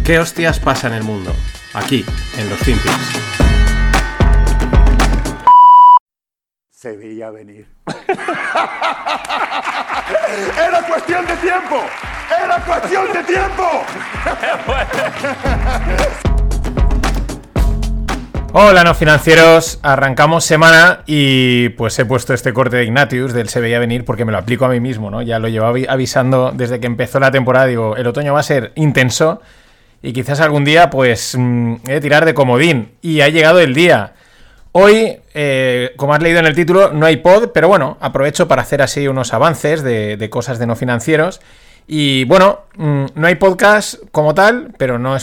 ¿Qué hostias pasa en el mundo? Aquí, en los FinPix. Se veía venir. ¡Era cuestión de tiempo! ¡Era cuestión de tiempo! Hola, no financieros, arrancamos semana y pues he puesto este corte de Ignatius del Se veía venir porque me lo aplico a mí mismo, ¿no? Ya lo llevaba avisando desde que empezó la temporada, digo, el otoño va a ser intenso y quizás algún día pues he de tirar de comodín y ha llegado el día. Hoy, como has leído en el título, no hay pod, pero bueno, aprovecho para hacer así unos avances de cosas de no financieros. Y bueno, no hay podcast como tal, pero no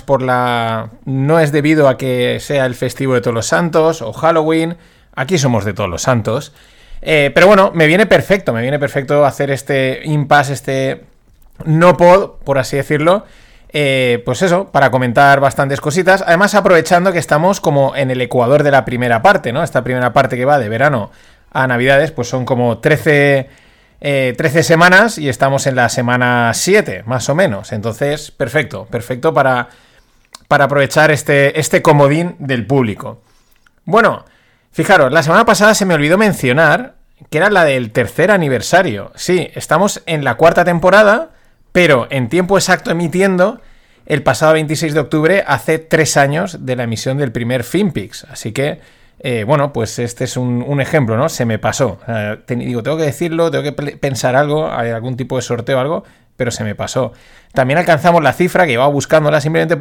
es debido a que sea el festivo de Todos los Santos o Halloween. Aquí somos de Todos los Santos. Pero bueno, me viene perfecto hacer este impasse, este no pod, por así decirlo. Pues eso, para comentar bastantes cositas. Además, aprovechando que estamos como en el ecuador de la primera parte, ¿no? Esta primera parte que va de verano a Navidades, pues son como 13 semanas y estamos en la semana 7, más o menos. Entonces, perfecto para aprovechar este comodín del público. Bueno, fijaros, la semana pasada se me olvidó mencionar que era la del tercer aniversario. Sí, estamos en la cuarta temporada, pero en tiempo exacto emitiendo el pasado 26 de octubre, hace 3 años de la emisión del primer FinPix. Así que, bueno, pues este es un ejemplo, ¿no? Se me pasó. Digo, tengo que decirlo, tengo que pensar algo, hay algún tipo de sorteo o algo, pero se me pasó. También alcanzamos la cifra que llevaba buscándola simplemente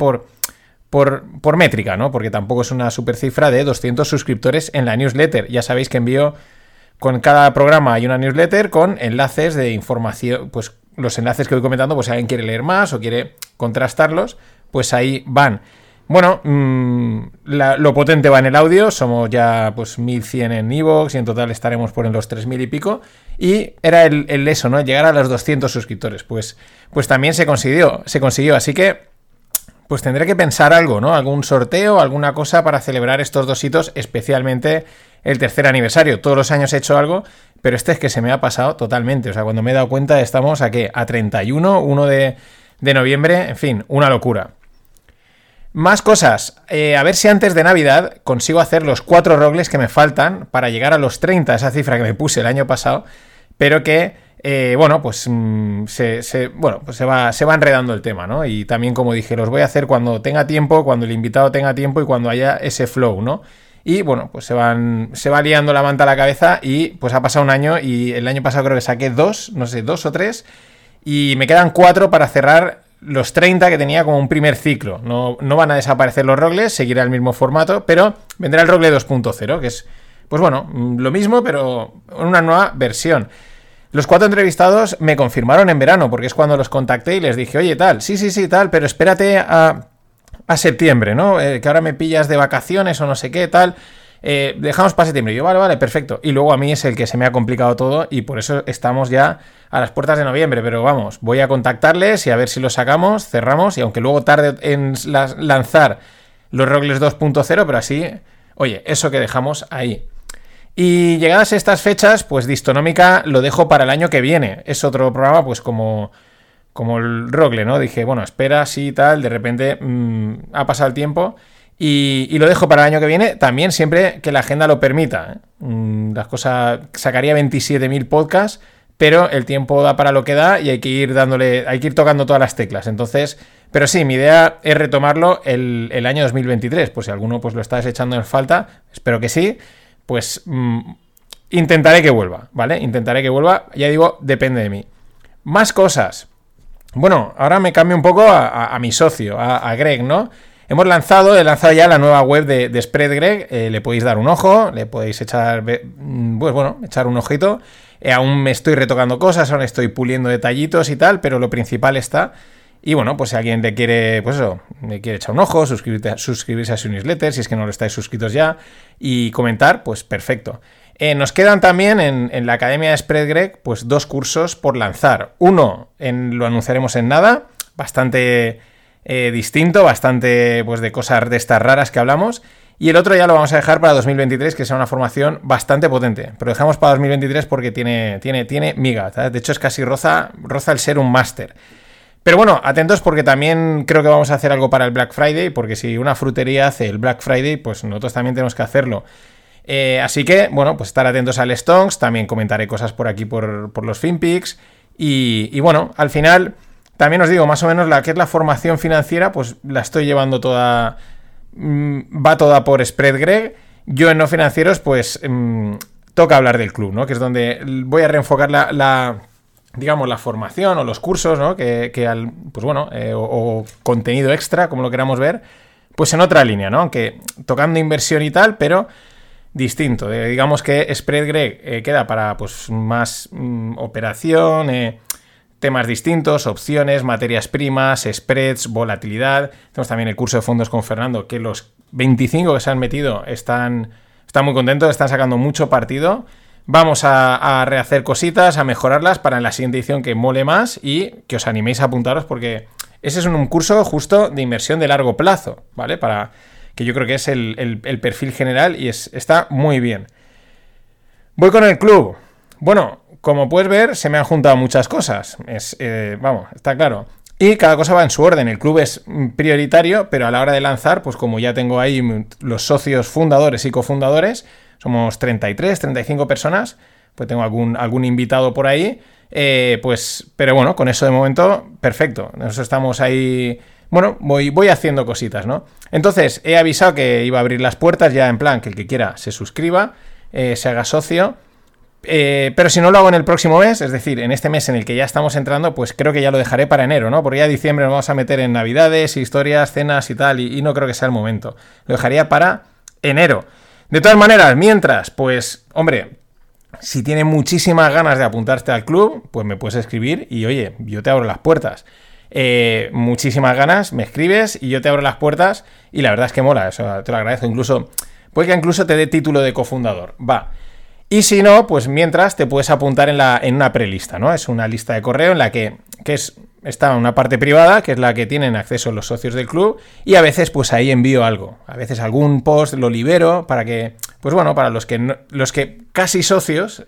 por métrica, ¿no? Porque tampoco es una super cifra de 200 suscriptores en la newsletter. Ya sabéis que envío, con cada programa hay una newsletter con enlaces de información, pues los enlaces que voy comentando, pues si alguien quiere leer más o quiere contrastarlos, pues ahí van. Bueno, lo potente va en el audio, somos ya pues 1100 en iVoox y en total estaremos por en los 3000 y pico. Y era el eso, ¿no? Llegar a los 200 suscriptores. Pues también se consiguió, así que pues tendré que pensar algo, ¿no? Algún sorteo, alguna cosa para celebrar estos dos hitos, especialmente el tercer aniversario. Todos los años he hecho algo, pero este es que se me ha pasado totalmente. O sea, cuando me he dado cuenta estamos a 31, 1 de noviembre, en fin, una locura. Más cosas. A ver si antes de Navidad consigo hacer los 4 rogles que me faltan para llegar a los 30, esa cifra que me puse el año pasado, pero que, bueno, pues se va enredando el tema, ¿no? Y también, como dije, los voy a hacer cuando tenga tiempo, cuando el invitado tenga tiempo y cuando haya ese flow, ¿no? Y bueno, pues se va liando la manta a la cabeza y pues ha pasado un año y el año pasado creo que saqué 2 o 3 y me quedan 4 para cerrar los 30 que tenía como un primer ciclo. No van a desaparecer los rogles, seguirá el mismo formato, pero vendrá el rogle 2.0, que es, pues bueno, lo mismo, pero en una nueva versión. Los 4 entrevistados me confirmaron en verano, porque es cuando los contacté y les dije, oye, tal, sí, tal, pero espérate a septiembre, ¿no? Que ahora me pillas de vacaciones o no sé qué, tal. Dejamos para septiembre. Y yo, vale, perfecto. Y luego a mí es el que se me ha complicado todo y por eso estamos ya a las puertas de noviembre. Pero vamos, voy a contactarles y a ver si lo sacamos, cerramos. Y aunque luego tarde en lanzar los rogles 2.0, pero así, oye, eso que dejamos ahí. Y llegadas estas fechas, pues Distonómica lo dejo para el año que viene. Es otro programa, pues como el rogle, ¿no? Dije, bueno, espera, sí, tal, de repente ha pasado el tiempo y lo dejo para el año que viene, también siempre que la agenda lo permita, ¿eh? Las cosas, sacaría 27.000 podcasts, pero el tiempo da para lo que da y hay que ir tocando todas las teclas. Entonces, pero sí, mi idea es retomarlo el año 2023, pues si alguno pues lo está desechando en falta, espero que sí, pues intentaré que vuelva, ¿vale? Intentaré que vuelva, ya digo, depende de mí. Más cosas. Bueno, ahora me cambio un poco a mi socio, a Greg, ¿no? He lanzado ya la nueva web de Spread Greg, le podéis dar un ojo, le podéis echar un ojito. Aún me estoy retocando cosas, aún estoy puliendo detallitos y tal, pero lo principal está. Y bueno, pues si alguien le quiere echar un ojo, suscribirse a su newsletter, si es que no lo estáis suscritos ya, y comentar, pues perfecto. Nos quedan también en la Academia de Spread Greg, pues 2 cursos por lanzar. Uno lo anunciaremos en nada, bastante distinto, bastante pues de cosas de estas raras que hablamos. Y el otro ya lo vamos a dejar para 2023, que sea una formación bastante potente. Pero dejamos para 2023 porque tiene miga, ¿sabes? De hecho, es casi roza el ser un máster. Pero bueno, atentos porque también creo que vamos a hacer algo para el Black Friday, porque si una frutería hace el Black Friday, pues nosotros también tenemos que hacerlo. Así que, bueno, pues estar atentos al Stonks, también comentaré cosas por aquí por los FinPix. Y bueno, al final, también os digo, más o menos la que es la formación financiera, pues la estoy llevando toda, va toda por Spread Greg. Yo en No Financieros, pues toca hablar del club, ¿no? Que es donde voy a reenfocar digamos, la formación o los cursos, ¿no? Pues bueno, o contenido extra, como lo queramos ver, pues en otra línea, ¿no? Aunque tocando inversión y tal, pero distinto. Digamos que Spread Greg queda para pues más operación, temas distintos, opciones, materias primas, spreads, volatilidad. Tenemos también el curso de fondos con Fernando, que los 25 que se han metido están muy contentos, están sacando mucho partido. Vamos a rehacer cositas, a mejorarlas para en la siguiente edición que mole más y que os animéis a apuntaros porque ese es un curso justo de inversión de largo plazo, ¿vale? Para que yo creo que es el perfil general y está muy bien. Voy con el club. Bueno, como puedes ver, se me han juntado muchas cosas. Vamos, está claro. Y cada cosa va en su orden. El club es prioritario, pero a la hora de lanzar, pues como ya tengo ahí los socios fundadores y cofundadores, somos 33, 35 personas, pues tengo algún invitado por ahí, pero bueno, con eso de momento, perfecto. Nosotros estamos ahí, bueno, voy haciendo cositas, ¿no? Entonces, he avisado que iba a abrir las puertas ya en plan que el que quiera se suscriba, se haga socio, pero si no lo hago en el próximo mes, es decir, en este mes en el que ya estamos entrando, pues creo que ya lo dejaré para enero, ¿no? Porque ya en diciembre nos vamos a meter en navidades, historias, cenas y tal, y no creo que sea el momento. Lo dejaría para enero. De todas maneras, mientras, pues, hombre, si tienes muchísimas ganas de apuntarte al club, pues me puedes escribir y, oye, yo te abro las puertas. Muchísimas ganas, me escribes y yo te abro las puertas y la verdad es que mola, eso te lo agradezco. Puede que incluso te dé título de cofundador, va. Y si no, pues mientras te puedes apuntar en una prelista, ¿no? Es una lista de correo en la que está una parte privada, que es la que tienen acceso los socios del club, y a veces pues ahí envío algo. A veces algún post lo libero para que, pues bueno, para los que casi socios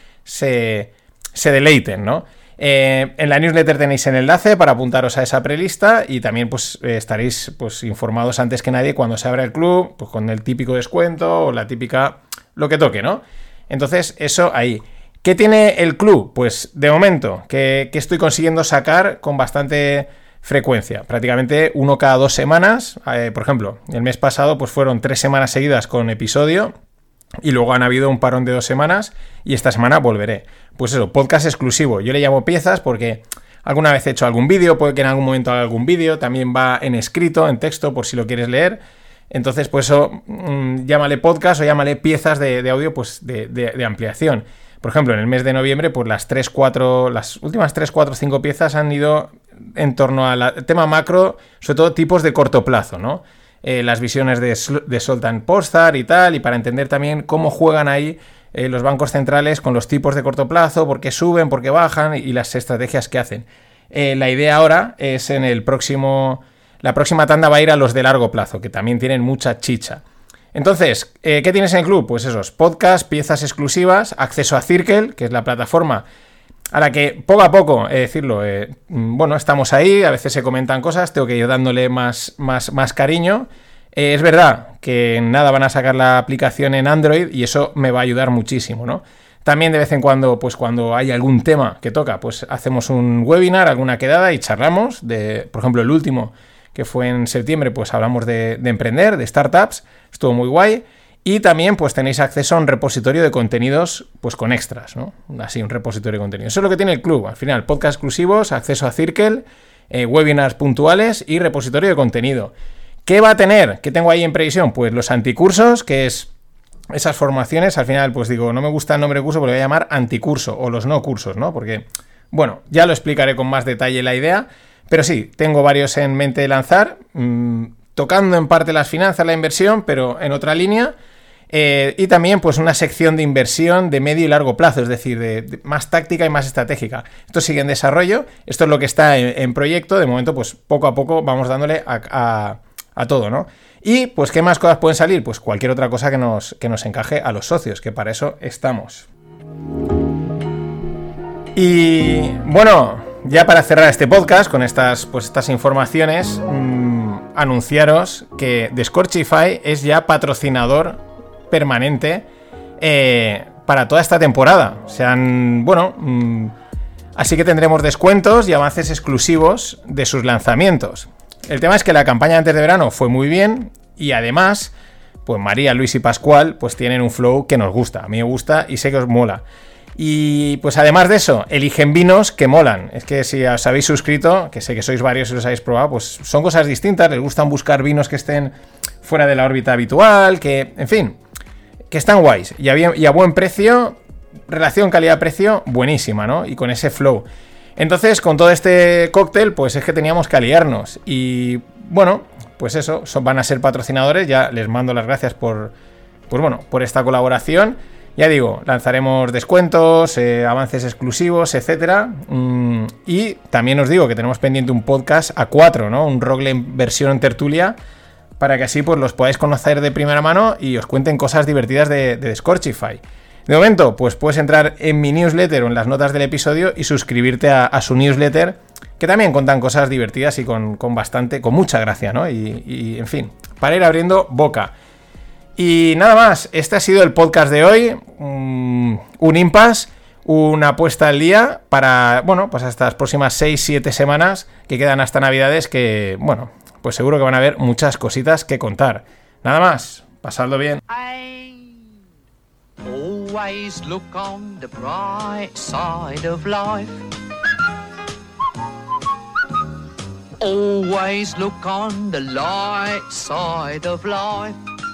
se deleiten, ¿no? En la newsletter tenéis el enlace para apuntaros a esa prelista y también pues estaréis pues informados antes que nadie cuando se abra el club, pues con el típico descuento o la típica, lo que toque, ¿no? Entonces, eso ahí. ¿Qué tiene el club? Pues de momento, que estoy consiguiendo sacar con bastante frecuencia. Prácticamente uno cada 2 semanas. Por ejemplo, el mes pasado pues fueron 3 semanas seguidas con episodio y luego han habido un parón de 2 semanas y esta semana volveré. Pues eso, podcast exclusivo. Yo le llamo piezas porque alguna vez he hecho algún vídeo, puede que en algún momento haga algún vídeo. También va en escrito, en texto, por si lo quieres leer. Entonces, pues eso, llámale podcast o llámale piezas de audio pues de ampliación. Por ejemplo, en el mes de noviembre, pues las últimas 3, 4, 5 piezas han ido en torno al tema macro, sobre todo tipos de corto plazo, ¿no? Las visiones de Zoltán Pozsar y tal, y para entender también cómo juegan ahí los bancos centrales con los tipos de corto plazo, por qué suben, por qué bajan y las estrategias que hacen. La idea ahora es la próxima tanda va a ir a los de largo plazo, que también tienen mucha chicha. Entonces, ¿qué tienes en el club? Pues esos podcasts, piezas exclusivas, acceso a Circle, que es la plataforma a la que poco a poco, bueno, estamos ahí, a veces se comentan cosas, tengo que ir dándole más cariño. Es verdad que en nada van a sacar la aplicación en Android y eso me va a ayudar muchísimo, ¿no? También de vez en cuando, pues cuando hay algún tema que toca, pues hacemos un webinar, alguna quedada y charlamos. Por ejemplo, el último, que fue en septiembre, pues hablamos de emprender, de startups, estuvo muy guay. Y también pues tenéis acceso a un repositorio de contenidos pues con extras, ¿no? Así, un repositorio de contenidos. Eso es lo que tiene el club. Al final, podcast exclusivos, acceso a Circle, webinars puntuales y repositorio de contenido. ¿Qué va a tener? ¿Qué tengo ahí en previsión? Pues los anticursos, que es esas formaciones. Al final, pues digo, no me gusta el nombre de curso, pero lo voy a llamar anticurso o los no cursos, ¿no? Porque, bueno, ya lo explicaré con más detalle la idea. Pero sí, tengo varios en mente de lanzar, tocando en parte las finanzas, la inversión, pero en otra línea. Y también pues una sección de inversión de medio y largo plazo, es decir, de más táctica y más estratégica. Esto sigue en desarrollo, esto es lo que está en proyecto. De momento, pues poco a poco vamos dándole a todo, ¿no? Y pues, ¿qué más cosas pueden salir? Pues cualquier otra cosa que nos encaje a los socios, que para eso estamos. Y bueno, ya para cerrar este podcast con estas informaciones, anunciaros que Scorchify es ya patrocinador permanente para toda esta temporada. Así que tendremos descuentos y avances exclusivos de sus lanzamientos. El tema es que la campaña antes de verano fue muy bien y además, pues María, Luis y Pascual pues tienen un flow que nos gusta. A mí me gusta y sé que os mola. Y pues además de eso, eligen vinos que molan. Es que si os habéis suscrito, que sé que sois varios y los habéis probado, pues son cosas distintas. Les gustan buscar vinos que estén fuera de la órbita habitual, que, en fin, que están guays. Y a buen precio, relación calidad-precio buenísima, ¿no? Y con ese flow. Entonces, con todo este cóctel, pues es que teníamos que aliarnos. Y bueno, pues eso, van a ser patrocinadores. Ya les mando las gracias por esta colaboración. Ya digo, lanzaremos descuentos, avances exclusivos, etcétera. Y también os digo que tenemos pendiente un podcast a 4, ¿no? Un Rogle versión tertulia, para que así pues los podáis conocer de primera mano y os cuenten cosas divertidas de Scorchify. De momento, pues puedes entrar en mi newsletter o en las notas del episodio y suscribirte a su newsletter, que también contan cosas divertidas y con mucha gracia, ¿no? Y en fin, para ir abriendo boca. Y nada más, este ha sido el podcast de hoy, un impasse, una puesta al día para, pues estas próximas 6-7 semanas que quedan hasta Navidades, que, pues seguro que van a haber muchas cositas que contar. Nada más, pasadlo bien. Always look on the bright side of life. Always look on the light side of life.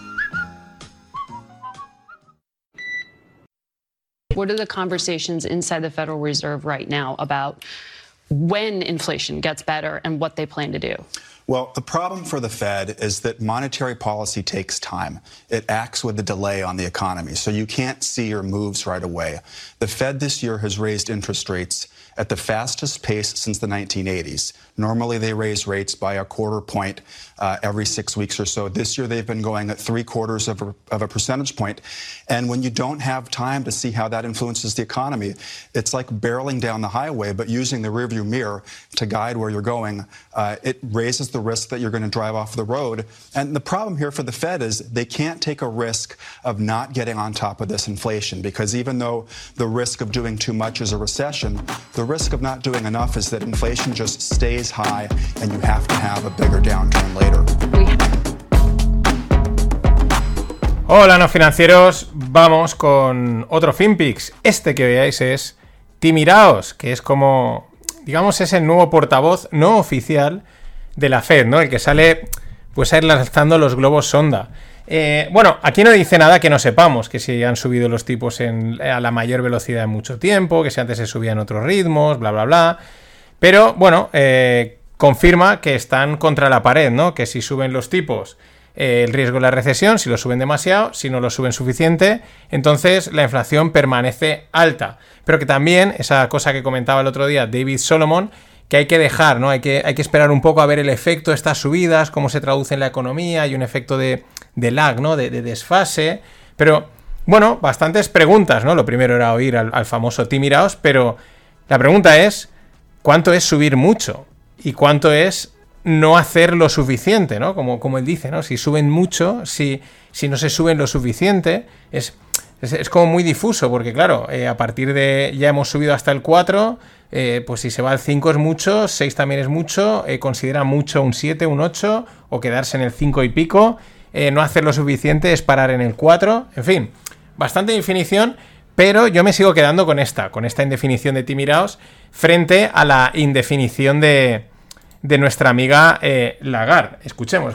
What are the conversations inside the Federal Reserve right now about when inflation gets better and what they plan to do? Well, the problem for the Fed is that monetary policy takes time. It acts with a delay on the economy, so you can't see your moves right away. The Fed this year has raised interest rates at the fastest pace since the 1980s. Normally, they raise rates by a quarter point every 6 weeks or so. This year, they've been going at 0.75 of a percentage point. And when you don't have time to see how that influences the economy, it's like barreling down the highway, but using the rearview mirror to guide where you're going. It raises the risk that you're going to drive off the road. And the problem here for the Fed is they can't take a risk of not getting on top of this inflation, because even though the risk of doing too much is a recession, the risk of not doing enough is that inflation just stays high and you have to have a bigger downturn later. Hola, no financieros, vamos con otro FinPix. Este que veáis es Timiraos, que es como, digamos, es el nuevo portavoz no oficial de la Fed, ¿no? El que sale pues a ir lanzando los globos sonda. Aquí no dice nada que no sepamos, que si han subido los tipos a la mayor velocidad en mucho tiempo, que si antes se subían otros ritmos, bla, bla, bla. Pero, confirma que están contra la pared, ¿no? Que si suben los tipos, el riesgo de la recesión, si lo suben demasiado, si no lo suben suficiente, entonces la inflación permanece alta. Pero que también, esa cosa que comentaba el otro día David Solomon, que hay que dejar, ¿no? Hay que esperar un poco a ver el efecto de estas subidas, cómo se traduce en la economía, hay un efecto de lag, ¿no? De desfase. Pero, bastantes preguntas, ¿no? Lo primero era oír al famoso Timiraos, pero la pregunta es, ¿cuánto es subir mucho? ¿Y cuánto es no hacer lo suficiente, ¿no? Como él dice, ¿no? Si suben mucho, si no se suben lo suficiente, es como muy difuso, porque claro, a partir de ya hemos subido hasta el 4, pues si se va al 5 es mucho, 6 también es mucho, considera mucho un 7, un 8, o quedarse en el 5 y pico, no hacer lo suficiente es parar en el 4, en fin, bastante definición, pero yo me sigo quedando con esta indefinición de Timiraos frente a la indefinición de nuestra amiga Lagarde. Escuchemos.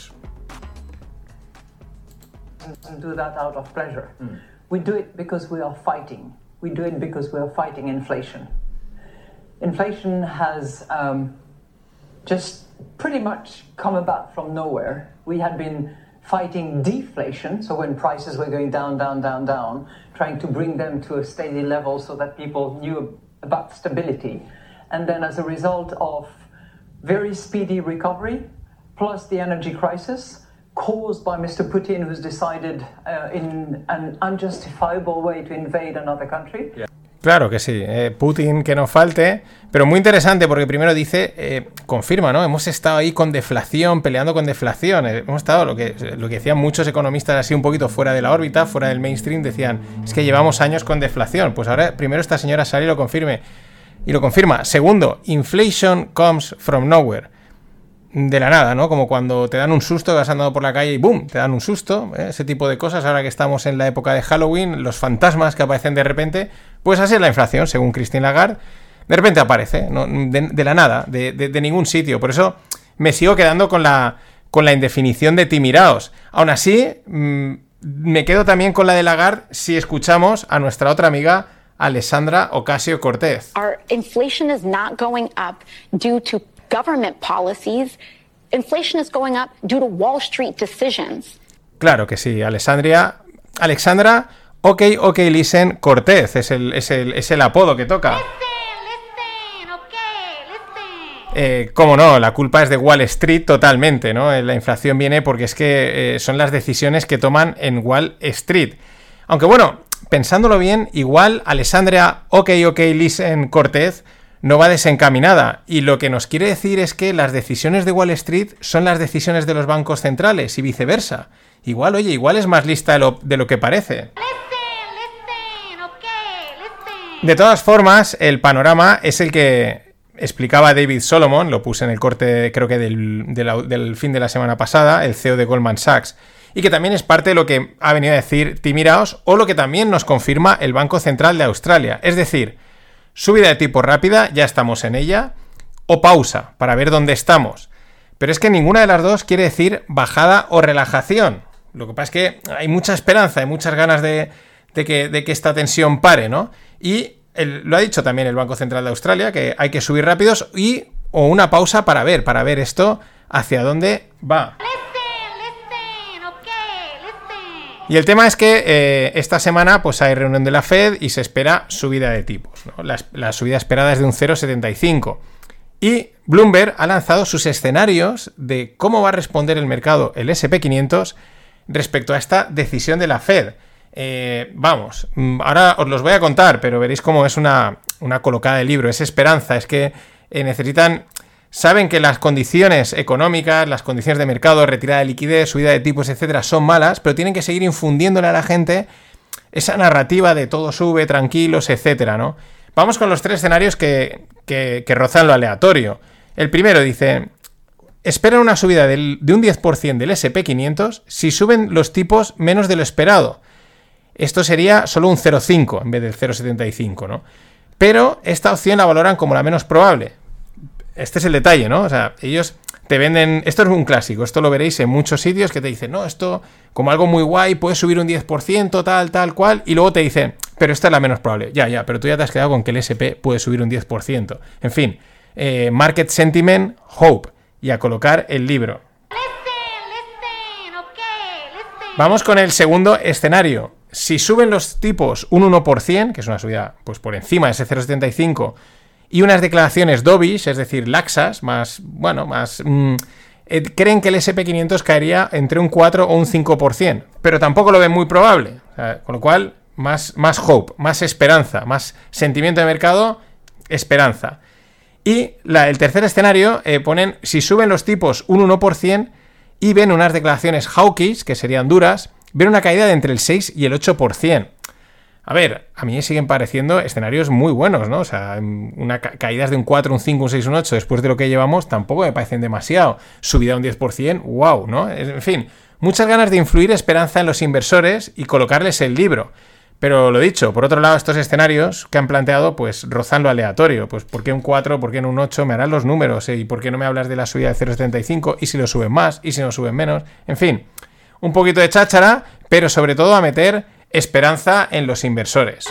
Do that out of pleasure. We do it because we are fighting. We do it because we are fighting inflation. Inflation has just pretty much come about from nowhere. We had been fighting deflation, so when prices were going down, trying to bring them to a steady level so that people knew about stability. And then as a result of very speedy recovery, plus the energy crisis, caused by Mr. Putin, who's decided in an unjustifiable way to invade another country. Yeah. Claro que sí, Putin que no falte, pero muy interesante porque primero dice, confirma, ¿no? Hemos estado ahí con deflación, peleando con deflación, hemos estado, lo que decían muchos economistas así un poquito fuera de la órbita, fuera del mainstream, decían, es que llevamos años con deflación. Pues ahora primero esta señora sale y lo confirma. Segundo, inflation comes from nowhere. De la nada, ¿no? Como cuando te dan un susto, vas andando por la calle y ¡boom! Te dan un susto, ese tipo de cosas. Ahora que estamos en la época de Halloween, los fantasmas que aparecen de repente, pues así es la inflación, según Christine Lagarde. De repente aparece, ¿no? de la nada, de ningún sitio. Por eso me sigo quedando con la indefinición de timiraos. Aún así, me quedo también con la de Lagarde si escuchamos a nuestra otra amiga Alessandra Ocasio-Cortez. Our inflation is not going up due to government policies. Inflation is going up due to Wall Street decisions. Claro que sí, Alexandra OK, listen, Cortez es el apodo que toca. Listen, okay, Cómo no, la culpa es de Wall Street totalmente, ¿no? La inflación viene porque es que son las decisiones que toman en Wall Street. Aunque bueno, pensándolo bien, igual Alessandra OK, listen, Cortez no va desencaminada, y lo que nos quiere decir es que las decisiones de Wall Street son las decisiones de los bancos centrales y viceversa. Igual es más lista de lo que parece. De todas formas, el panorama es el que explicaba David Solomon, lo puse en el corte creo que del fin de la semana pasada, el CEO de Goldman Sachs, y que también es parte de lo que ha venido a decir Tim Iraos, o lo que también nos confirma el Banco Central de Australia. Es decir, subida de tipo rápida, ya estamos en ella, o pausa, para ver dónde estamos. Pero es que ninguna de las dos quiere decir bajada o relajación. Lo que pasa es que hay mucha esperanza, hay muchas ganas de que esta tensión pare, ¿no? Y lo ha dicho también el Banco Central de Australia, que hay que subir rápidos o una pausa para ver esto hacia dónde va. Y el tema es que esta semana pues hay reunión de la Fed y se espera subida de tipos, ¿no? La subida esperada es de un 0,75. Y Bloomberg ha lanzado sus escenarios de cómo va a responder el mercado, el S&P 500, respecto a esta decisión de la Fed. Ahora os los voy a contar, pero veréis cómo es una colocada de libro, es esperanza, es que saben que las condiciones económicas, las condiciones de mercado, retirada de liquidez, subida de tipos, etcétera, son malas, pero tienen que seguir infundiéndole a la gente esa narrativa de todo sube, tranquilos, etcétera, ¿no? Vamos con los tres escenarios que rozan lo aleatorio. El primero dice, esperan una subida de un 10% del S&P 500 si suben los tipos menos de lo esperado. Esto sería solo un 0,5 en vez del 0,75, ¿no? Pero esta opción la valoran como la menos probable. Este es el detalle, ¿no? O sea, ellos te venden... Esto es un clásico, esto lo veréis en muchos sitios que te dicen, no, esto como algo muy guay, puede subir un 10%, tal, cual, y luego te dicen, pero esta es la menos probable. Ya, pero tú ya te has quedado con que el S&P puede subir un 10%. En fin, Market Sentiment, Hope, y a colocar el libro. Vamos con el segundo escenario. Si suben los tipos un 1%, que es una subida pues por encima de ese 0,75%, y unas declaraciones dovish, es decir, laxas, creen que el S&P 500 caería entre un 4 o un 5%, pero tampoco lo ven muy probable. O sea, con lo cual, más hope, más esperanza, más sentimiento de mercado, esperanza. Y el tercer escenario ponen, si suben los tipos un 1% y ven unas declaraciones hawkish, que serían duras, ven una caída de entre el 6 y el 8%. A ver, a mí me siguen pareciendo escenarios muy buenos, ¿no? O sea, caídas de un 4, un 5, un 6, un 8 después de lo que llevamos tampoco me parecen demasiado. Subida un 10%, wow, ¿no? En fin, muchas ganas de influir esperanza en los inversores y colocarles el libro. Pero lo dicho, por otro lado, estos escenarios que han planteado, pues rozan lo aleatorio. Pues ¿por qué un 4? ¿Por qué no un 8? Me harán los números, ¿Y por qué no me hablas de la subida de 0,75? ¿Y si lo suben más? ¿Y si no suben menos? En fin, un poquito de cháchara, pero sobre todo a meter esperanza en los inversores.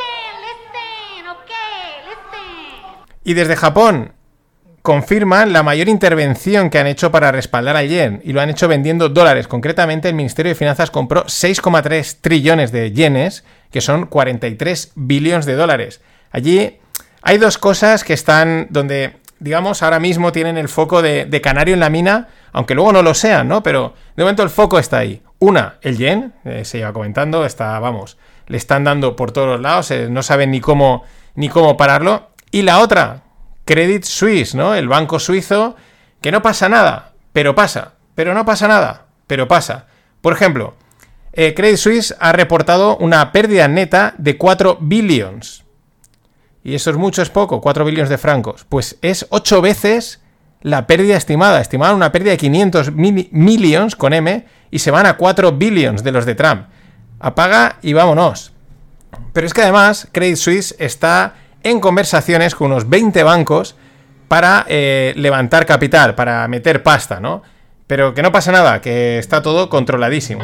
Y desde Japón confirman la mayor intervención que han hecho para respaldar al yen, y lo han hecho vendiendo dólares. Concretamente, el Ministerio de Finanzas compró 6,3 trillones de yenes, que son 43 billones de dólares. Allí hay dos cosas que están donde, digamos, ahora mismo tienen el foco de canario en la mina, aunque luego no lo sean, ¿no? Pero de momento el foco está ahí. Una, el yen, se lleva comentando, está, le están dando por todos los lados, no saben ni cómo pararlo. Y la otra, Credit Suisse, ¿no? El banco suizo, que no pasa nada, pero pasa, pero no pasa nada, pero pasa. Por ejemplo, Credit Suisse ha reportado una pérdida neta de 4 billions. Y eso es mucho, es poco, 4 billones de francos. Pues es 8 veces la pérdida estimada. Estimaban una pérdida de 500 millions con M y se van a 4 billions de los de Trump. Apaga y vámonos. Pero es que además Credit Suisse está en conversaciones con unos 20 bancos para levantar capital, para meter pasta, ¿no? Pero que no pasa nada, que está todo controladísimo.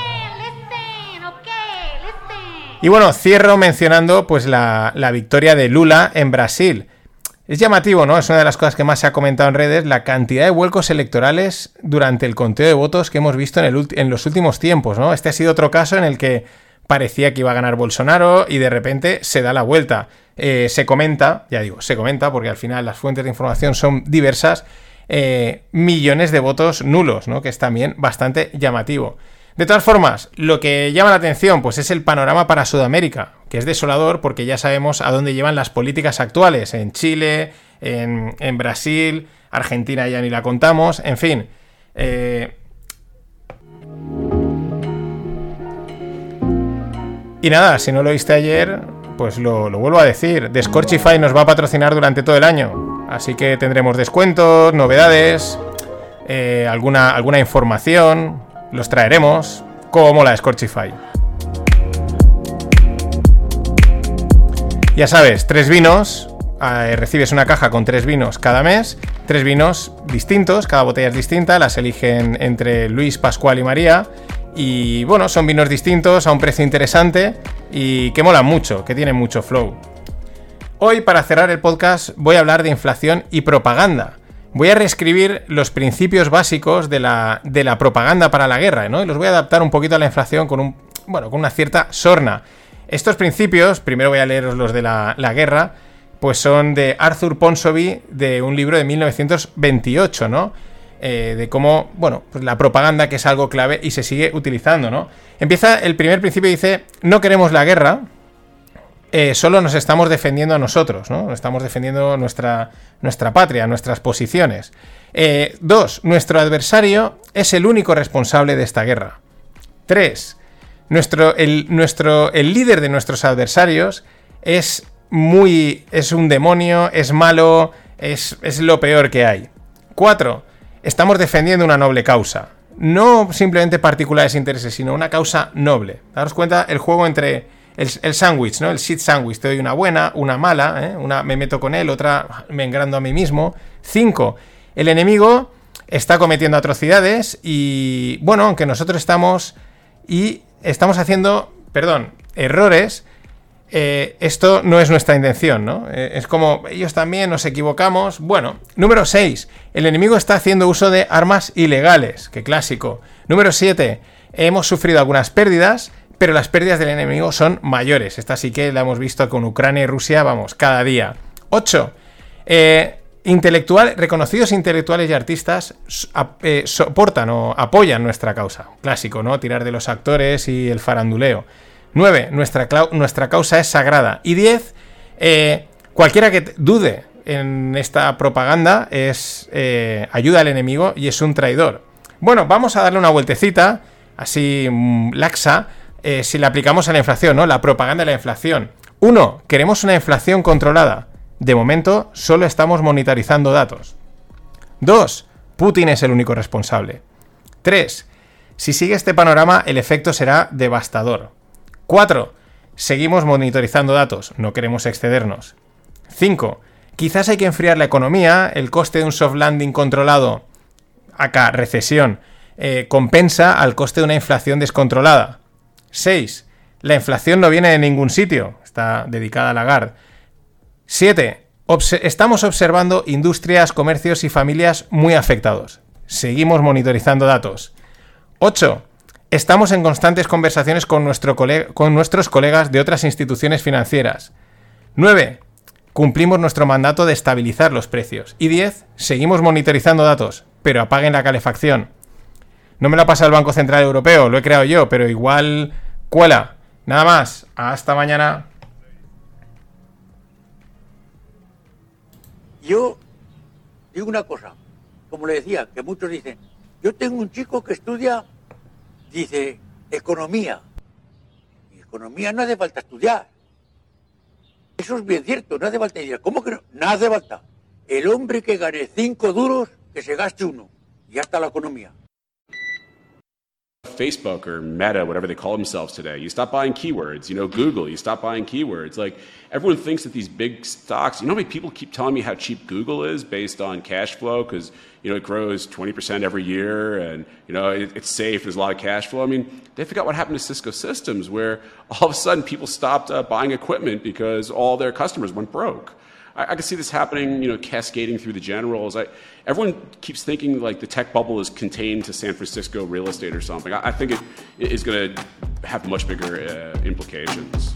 Y bueno, cierro mencionando pues la victoria de Lula en Brasil. Es llamativo, ¿no? Es una de las cosas que más se ha comentado en redes, la cantidad de vuelcos electorales durante el conteo de votos que hemos visto en los últimos tiempos, ¿no? Este ha sido otro caso en el que parecía que iba a ganar Bolsonaro y de repente se da la vuelta. Se comenta, ya digo, se comenta porque al final las fuentes de información son diversas, millones de votos nulos, ¿no? Que es también bastante llamativo. De todas formas, lo que llama la atención pues es el panorama para Sudamérica, que es desolador porque ya sabemos a dónde llevan las políticas actuales, en Chile, en Brasil, Argentina ya ni la contamos, en fin. Y nada, si no lo viste ayer, pues lo vuelvo a decir, Scorchify nos va a patrocinar durante todo el año, así que tendremos descuentos, novedades, alguna información. Los traeremos. Como mola Scorchify. Ya sabes, 3 vinos. Recibes una caja con 3 vinos cada mes. 3 vinos distintos, cada botella es distinta. Las eligen entre Luis, Pascual y María. Y bueno, son vinos distintos a un precio interesante y que molan mucho, que tienen mucho flow. Hoy, para cerrar el podcast, voy a hablar de inflación y propaganda. Voy a reescribir los principios básicos de la propaganda para la guerra, ¿no? Y los voy a adaptar un poquito a la inflación con una cierta sorna. Estos principios, primero voy a leeros los de la guerra, pues son de Arthur Ponsonby, de un libro de 1928, ¿no? De cómo, pues la propaganda, que es algo clave y se sigue utilizando, ¿no? Empieza, el primer principio dice, no queremos la guerra, solo nos estamos defendiendo a nosotros, ¿no? Estamos defendiendo nuestra patria, nuestras posiciones. 2. Nuestro adversario es el único responsable de esta guerra. 3. El líder de nuestros adversarios es un demonio, es malo, es lo peor que hay. 4. Estamos defendiendo una noble causa. No simplemente particulares intereses, sino una causa noble. Daros cuenta el juego entre el sándwich, ¿no? El shit sándwich. Te doy una buena, una mala, una me meto con él, otra me engrando a mí mismo. 5. El enemigo está cometiendo atrocidades y, bueno, aunque nosotros estamos haciendo, errores, esto no es nuestra intención, ¿no? Es como ellos también nos equivocamos. Bueno, número 6. El enemigo está haciendo uso de armas ilegales. Qué clásico. Número 7. Hemos sufrido algunas pérdidas, pero las pérdidas del enemigo son mayores. Esta sí que la hemos visto con Ucrania y Rusia, cada día. 8. Reconocidos intelectuales y artistas soportan o apoyan nuestra causa. Clásico, ¿no? Tirar de los actores y el faranduleo. 9. Nuestra causa es sagrada. Y 10. Cualquiera que dude en esta propaganda ayuda al enemigo y es un traidor. Bueno, vamos a darle una vueltecita, así laxa, si la aplicamos a la inflación, ¿no? La propaganda de la inflación. 1. Queremos una inflación controlada. De momento, solo estamos monitorizando datos. 2. Putin es el único responsable. 3. Si sigue este panorama, el efecto será devastador. 4. Seguimos monitorizando datos. No queremos excedernos. 5. Quizás hay que enfriar la economía. El coste de un soft landing controlado, acá recesión, compensa al coste de una inflación descontrolada. 6. La inflación no viene de ningún sitio. Está dedicada a Lagarde. 7. Estamos observando industrias, comercios y familias muy afectados. Seguimos monitorizando datos. 8. Estamos en constantes conversaciones con nuestros colegas de otras instituciones financieras. 9. Cumplimos nuestro mandato de estabilizar los precios. Y 10. Seguimos monitorizando datos, pero apaguen la calefacción. No me lo ha pasado el Banco Central Europeo, lo he creado yo, pero igual cuela. Nada más, hasta mañana. Yo digo una cosa, como le decía, que muchos dicen, yo tengo un chico que estudia, dice, economía. Y economía no hace falta estudiar. Eso es bien cierto, no hace falta estudiar. ¿Cómo que no? No hace falta. El hombre que gane 5 duros, que se gaste 1. Y ya está la economía. Facebook or Meta, whatever they call themselves today, you stop buying keywords. Google, you stop buying keywords. Like, everyone thinks that these big stocks, how many people keep telling me how cheap Google is based on cash flow because, it grows 20% every year and, it's safe, there's a lot of cash flow. I mean, they forgot what happened to Cisco Systems where all of a sudden people stopped buying equipment because all their customers went broke. I can see this happening, cascading through the generals. Everyone keeps thinking like the tech bubble is contained to San Francisco real estate or something. I think it is going to have much bigger implications.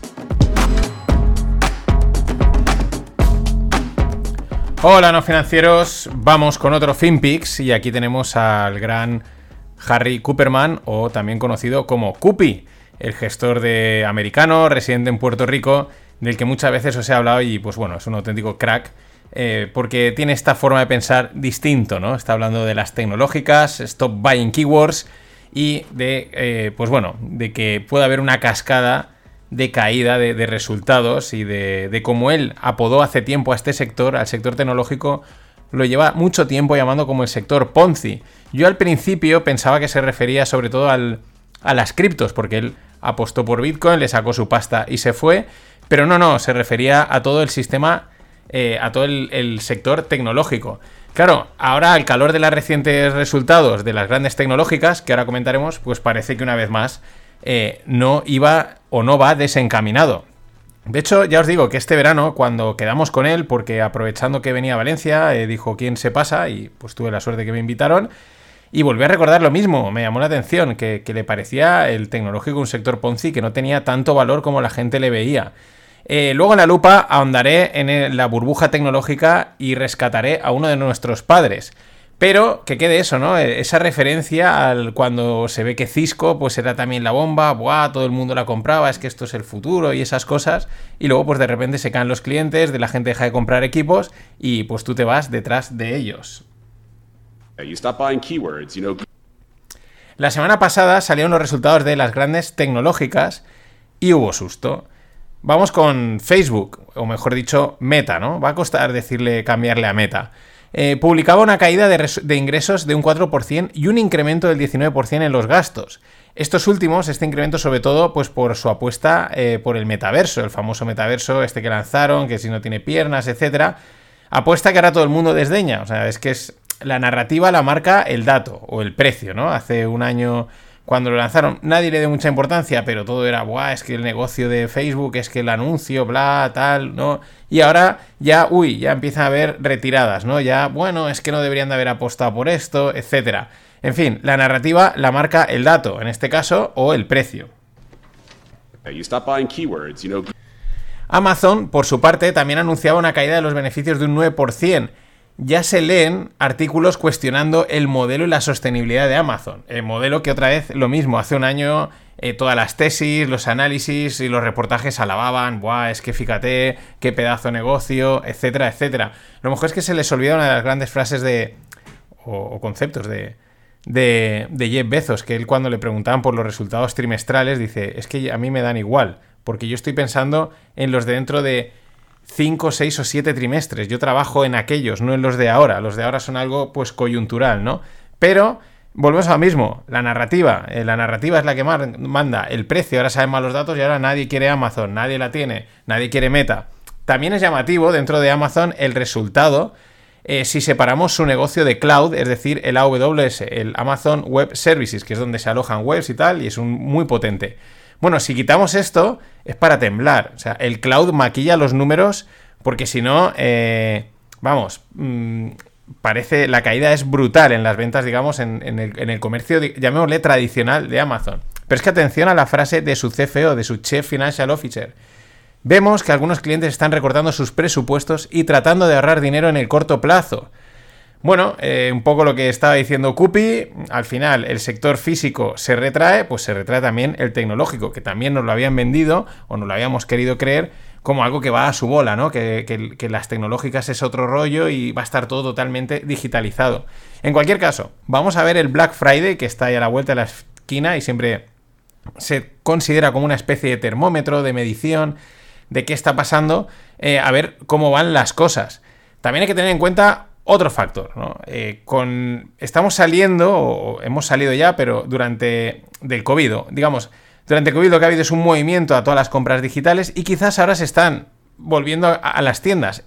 Hola, no financieros. Vamos con otro FinPix y aquí tenemos al gran Harry Kuperman, o también conocido como Kupi, el gestor americano residente en Puerto Rico, del que muchas veces os he hablado y pues bueno, es un auténtico crack porque tiene esta forma de pensar distinto, ¿no? Está hablando de las tecnológicas, stop buying keywords y de, pues bueno, de que puede haber una cascada de caída de resultados y de cómo él apodó hace tiempo a este sector, al sector tecnológico, lo lleva mucho tiempo llamando como el sector Ponzi. Yo al principio pensaba que se refería sobre todo a las criptos, porque él apostó por Bitcoin, le sacó su pasta y se fue. Pero no, se refería a todo el sistema, a todo el sector tecnológico. Claro, ahora al calor de los recientes resultados de las grandes tecnológicas, que ahora comentaremos, pues parece que una vez más no iba o no va desencaminado. De hecho, ya os digo que este verano, cuando quedamos con él, porque aprovechando que venía a Valencia, dijo quién se pasa y pues tuve la suerte que me invitaron. Y volví a recordar lo mismo, me llamó la atención, que le parecía el tecnológico un sector Ponzi que no tenía tanto valor como la gente le veía. Luego en la lupa ahondaré en la burbuja tecnológica y rescataré a uno de nuestros padres. Pero que quede eso, ¿no? Esa referencia al cuando se ve que Cisco pues era también la bomba, ¡buah! Todo el mundo la compraba, es que esto es el futuro y esas cosas. Y luego pues de repente se caen los clientes, de la gente deja de comprar equipos y pues tú te vas detrás de ellos. You stop buying keywords, La semana pasada salieron los resultados de las grandes tecnológicas y hubo susto. Vamos con Facebook, o mejor dicho, Meta, ¿no? Va a costar cambiarle a Meta. Publicaba una caída de ingresos de un 4% y un incremento del 19% en los gastos. Estos últimos, este incremento sobre todo, pues por su apuesta por el metaverso, el famoso metaverso este que lanzaron, que si no tiene piernas, etcétera. Apuesta que ahora todo el mundo desdeña, o sea, es que es la narrativa la marca el dato o el precio, ¿no? Hace un año cuando lo lanzaron nadie le dio mucha importancia, pero todo era, ¡buah! Es que el negocio de Facebook, es que el anuncio, bla, tal, ¿no? Y ahora ya empiezan a haber retiradas, ¿no? Ya, bueno, es que no deberían de haber apostado por esto, etcétera. En fin, la narrativa la marca el dato, en este caso, o el precio. You stop buying keywords, Amazon, por su parte, también anunciaba una caída de los beneficios de un 9%. Ya se leen artículos cuestionando el modelo y la sostenibilidad de Amazon. El modelo que otra vez lo mismo, hace un año todas las tesis, los análisis y los reportajes alababan, ¡buah! Es que fíjate, qué pedazo de negocio, etcétera, etcétera. Lo mejor es que se les olvida una de las grandes frases o conceptos de Jeff Bezos, que él cuando le preguntaban por los resultados trimestrales dice, es que a mí me dan igual, porque yo estoy pensando en los de dentro de 5, 6 o 7 trimestres. Yo trabajo en aquellos, no en los de ahora. Los de ahora son algo pues coyuntural, ¿no? Pero volvemos a lo mismo. La narrativa es la que manda. El precio, ahora saben más los datos y ahora nadie quiere Amazon, nadie la tiene, nadie quiere Meta. También es llamativo dentro de Amazon el resultado si separamos su negocio de cloud, es decir, el AWS, el Amazon Web Services, que es donde se alojan webs y tal, y es muy potente. Bueno, si quitamos esto, es para temblar. O sea, el cloud maquilla los números porque si no, parece la caída es brutal en las ventas, digamos, en el comercio, llamémosle tradicional de Amazon. Pero es que atención a la frase de su CFO, de su Chief Financial Officer. Vemos que algunos clientes están recortando sus presupuestos y tratando de ahorrar dinero en el corto plazo. Bueno, un poco lo que estaba diciendo Cupi, al final el sector físico se retrae, pues se retrae también el tecnológico, que también nos lo habían vendido o nos lo habíamos querido creer como algo que va a su bola, ¿no? Que las tecnológicas es otro rollo y va a estar todo totalmente digitalizado. En cualquier caso, vamos a ver el Black Friday, que está ahí a la vuelta de la esquina y siempre se considera como una especie de termómetro, de medición de qué está pasando, a ver cómo van las cosas. También hay que tener en cuenta otro factor, ¿no? Estamos saliendo, o hemos salido ya, pero durante el COVID, digamos, durante el COVID lo que ha habido es un movimiento a todas las compras digitales y quizás ahora se están volviendo a las tiendas.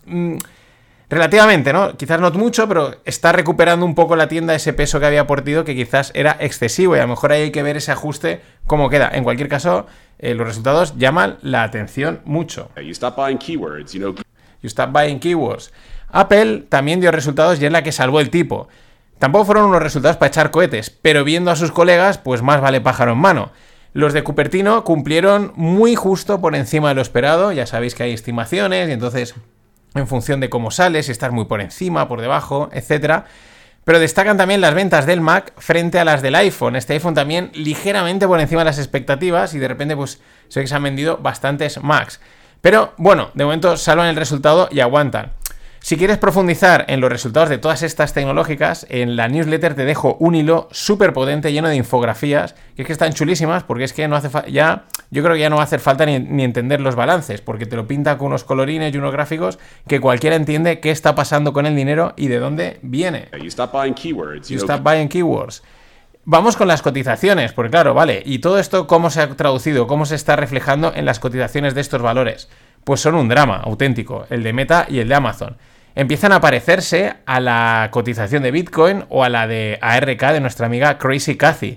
Relativamente, ¿no? Quizás no mucho, pero está recuperando un poco la tienda ese peso que había perdido, que quizás era excesivo y a lo mejor ahí hay que ver ese ajuste cómo queda. En cualquier caso, los resultados llaman la atención mucho. You stop buying keywords, You stop buying keywords. Apple también dio resultados y es la que salvó el tipo. Tampoco fueron unos resultados para echar cohetes, pero viendo a sus colegas, pues más vale pájaro en mano. Los de Cupertino cumplieron muy justo por encima de lo esperado. Ya sabéis que hay estimaciones y entonces, en función de cómo sales, si estás muy por encima, por debajo, etcétera. Pero destacan también las ventas del Mac frente a las del iPhone. Este iPhone también ligeramente por encima de las expectativas y de repente pues se ve que se han vendido bastantes Macs. Pero bueno, de momento salvan el resultado y aguantan. Si quieres profundizar en los resultados de todas estas tecnológicas, en la newsletter te dejo un hilo súper potente lleno de infografías, que es que están chulísimas, porque es que no hace yo creo que ya no va a hacer falta ni entender los balances, porque te lo pinta con unos colorines y unos gráficos que cualquiera entiende qué está pasando con el dinero y de dónde viene. You stop buying keywords. You stop buying keywords. Vamos con las cotizaciones, porque claro, vale, y todo esto cómo se ha traducido, cómo se está reflejando en las cotizaciones de estos valores. Pues son un drama auténtico, el de Meta y el de Amazon. Empiezan a parecerse a la cotización de Bitcoin o a la de ARK de nuestra amiga Crazy Cathy.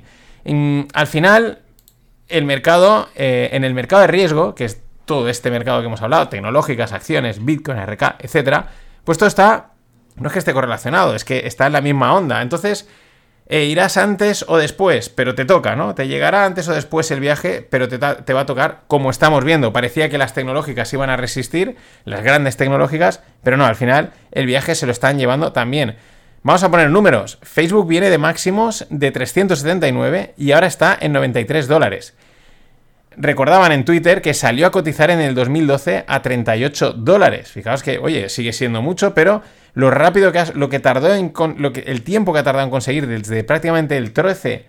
Al final, el mercado, en el mercado de riesgo, que es todo este mercado que hemos hablado, tecnológicas, acciones, Bitcoin, ARK, etcétera, pues todo está, no es que esté correlacionado, es que está en la misma onda. Entonces, irás antes o después, pero te toca, ¿no? Te llegará antes o después el viaje, pero te va a tocar, como estamos viendo. Parecía que las tecnológicas iban a resistir, las grandes tecnológicas, pero no, al final el viaje se lo están llevando también. Vamos a poner números. Facebook viene de máximos de 379 y ahora está en $93. Recordaban en Twitter que salió a cotizar en el 2012 a $38. Fijaos que, oye, sigue siendo mucho, pero lo rápido que el tiempo que ha tardado en conseguir desde prácticamente el 13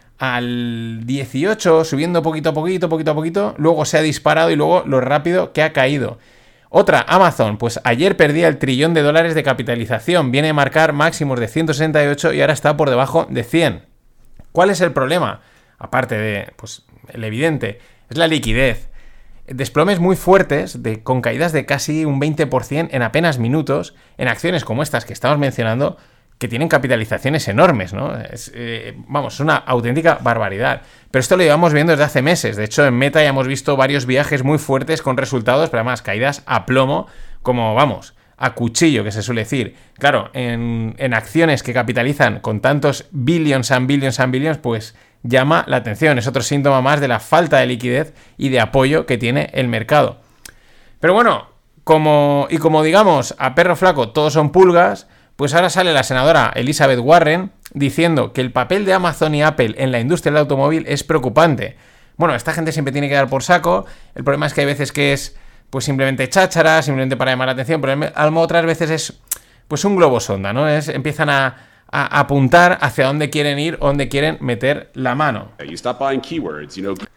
al 18, subiendo poquito a poquito, luego se ha disparado y luego lo rápido que ha caído. Otra, Amazon, pues ayer perdía el $1 trillón de capitalización, viene a marcar máximos de 168 y ahora está por debajo de 100. ¿Cuál es el problema? Aparte de, pues, el evidente, es la liquidez. Desplomes muy fuertes, con caídas de casi un 20% en apenas minutos, en acciones como estas que estamos mencionando, que tienen capitalizaciones enormes, ¿no? Es una auténtica barbaridad. Pero esto lo llevamos viendo desde hace meses. De hecho, en Meta ya hemos visto varios viajes muy fuertes con resultados, pero además caídas a plomo, como, a cuchillo, que se suele decir. Claro, en acciones que capitalizan con tantos billions and billions, pues llama la atención. Es otro síntoma más de la falta de liquidez y de apoyo que tiene el mercado. Pero bueno, como digamos, a perro flaco todos son pulgas, pues ahora sale la senadora Elizabeth Warren diciendo que el papel de Amazon y Apple en la industria del automóvil es preocupante. Bueno, esta gente siempre tiene que dar por saco. El problema es que hay veces que es pues simplemente cháchara, simplemente para llamar la atención, pero otras veces es pues un globo sonda, ¿no? Empiezan a apuntar hacia dónde quieren ir, dónde quieren meter la mano. You stop buying keywords,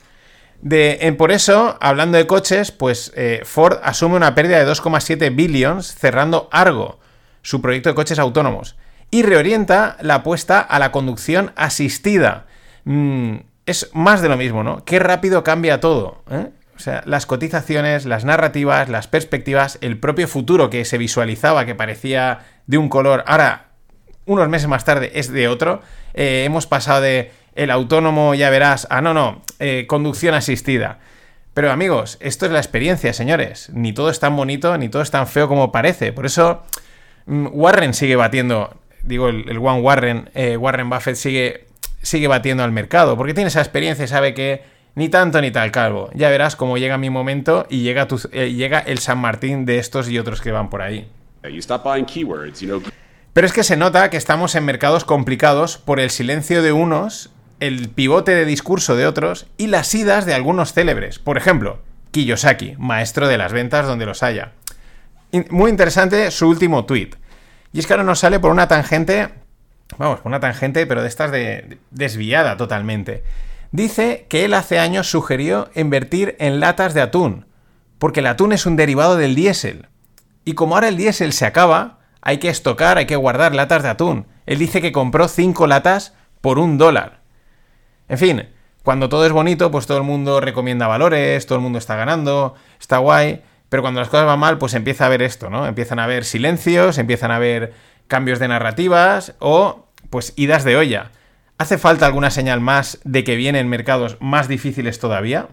Por eso, hablando de coches, pues Ford asume una pérdida de 2,7 billions cerrando Argo, su proyecto de coches autónomos, y reorienta la apuesta a la conducción asistida. Es más de lo mismo, ¿no? Qué rápido cambia todo, ¿eh? O sea, las cotizaciones, las narrativas, las perspectivas, el propio futuro que se visualizaba, que parecía de un color, ahora, unos meses más tarde, es de otro. Hemos pasado de el autónomo, ya verás, a conducción asistida. Pero amigos, esto es la experiencia, señores. Ni todo es tan bonito, ni todo es tan feo como parece. Por eso, Warren sigue batiendo, el One Warren, Warren Buffett sigue batiendo al mercado, porque tiene esa experiencia y sabe que ni tanto ni tal, calvo. Ya verás cómo llega mi momento y llega el San Martín de estos y otros que van por ahí. You stop buying keywords, Pero es que se nota que estamos en mercados complicados por el silencio de unos, el pivote de discurso de otros y las idas de algunos célebres. Por ejemplo, Kiyosaki, maestro de las ventas donde los haya. Muy interesante su último tuit. Y es que ahora nos sale por una tangente, pero de estas desviada totalmente. Dice que él hace años sugirió invertir en latas de atún, porque el atún es un derivado del diésel. Y como ahora el diésel se acaba, hay que estocar, hay que guardar latas de atún. Él dice que compró 5 latas por $1. En fin, cuando todo es bonito, pues todo el mundo recomienda valores, todo el mundo está ganando, está guay, pero cuando las cosas van mal, pues empieza a haber esto, ¿no? Empiezan a haber silencios, empiezan a haber cambios de narrativas o, pues, idas de olla. ¿Hace falta alguna señal más de que vienen mercados más difíciles todavía?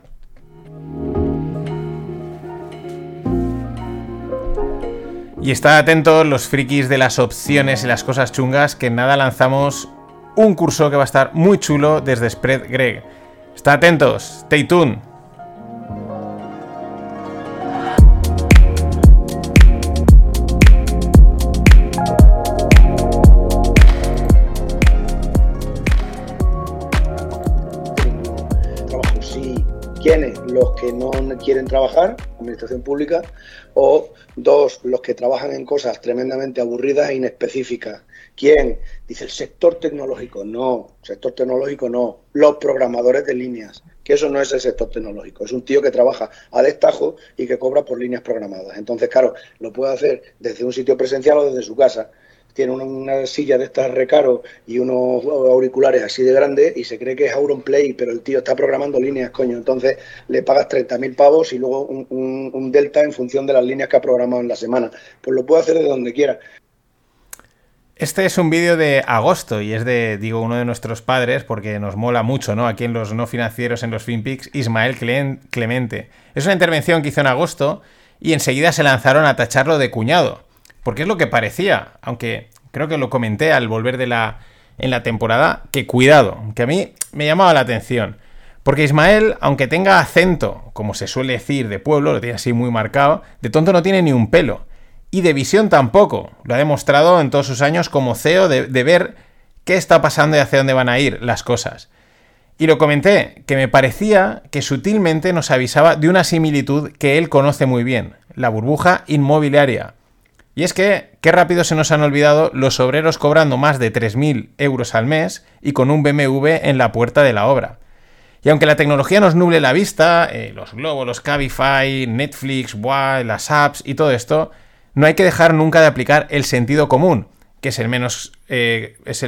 Y estad atentos los frikis de las opciones y las cosas chungas, que en nada lanzamos un curso que va a estar muy chulo desde Spread Greg. Estad atentos, stay tuned. ¿Quiénes? Los que no quieren trabajar, administración pública, o 2, los que trabajan en cosas tremendamente aburridas e inespecíficas. ¿Quién? Dice el sector tecnológico. No, sector tecnológico no. Los programadores de líneas, que eso no es el sector tecnológico, es un tío que trabaja a destajo y que cobra por líneas programadas. Entonces, claro, lo puede hacer desde un sitio presencial o desde su casa. Tiene una silla de estas recaro y unos auriculares así de grandes y se cree que es Auronplay, pero el tío está programando líneas, coño. Entonces le pagas 30.000 pavos y luego un delta en función de las líneas que ha programado en la semana. Pues lo puede hacer de donde quiera. Este es un vídeo de agosto y es de, uno de nuestros padres, porque nos mola mucho, ¿no? Aquí en los no financieros, en los FinPix, Ismael Clemente. Es una intervención que hizo en agosto y enseguida se lanzaron a tacharlo de cuñado. Porque es lo que parecía, aunque creo que lo comenté al volver en la temporada, que cuidado, que a mí me llamaba la atención. Porque Ismael, aunque tenga acento, como se suele decir, de pueblo, lo tiene así muy marcado, de tonto no tiene ni un pelo. Y de visión tampoco. Lo ha demostrado en todos sus años como CEO de ver qué está pasando y hacia dónde van a ir las cosas. Y lo comenté, que me parecía que sutilmente nos avisaba de una similitud que él conoce muy bien, la burbuja inmobiliaria. Y es que, qué rápido se nos han olvidado los obreros cobrando más de 3.000 euros al mes y con un BMW en la puerta de la obra. Y aunque la tecnología nos nuble la vista, los Globo, los Cabify, Netflix, las apps y todo esto, no hay que dejar nunca de aplicar el sentido común, que es el menos es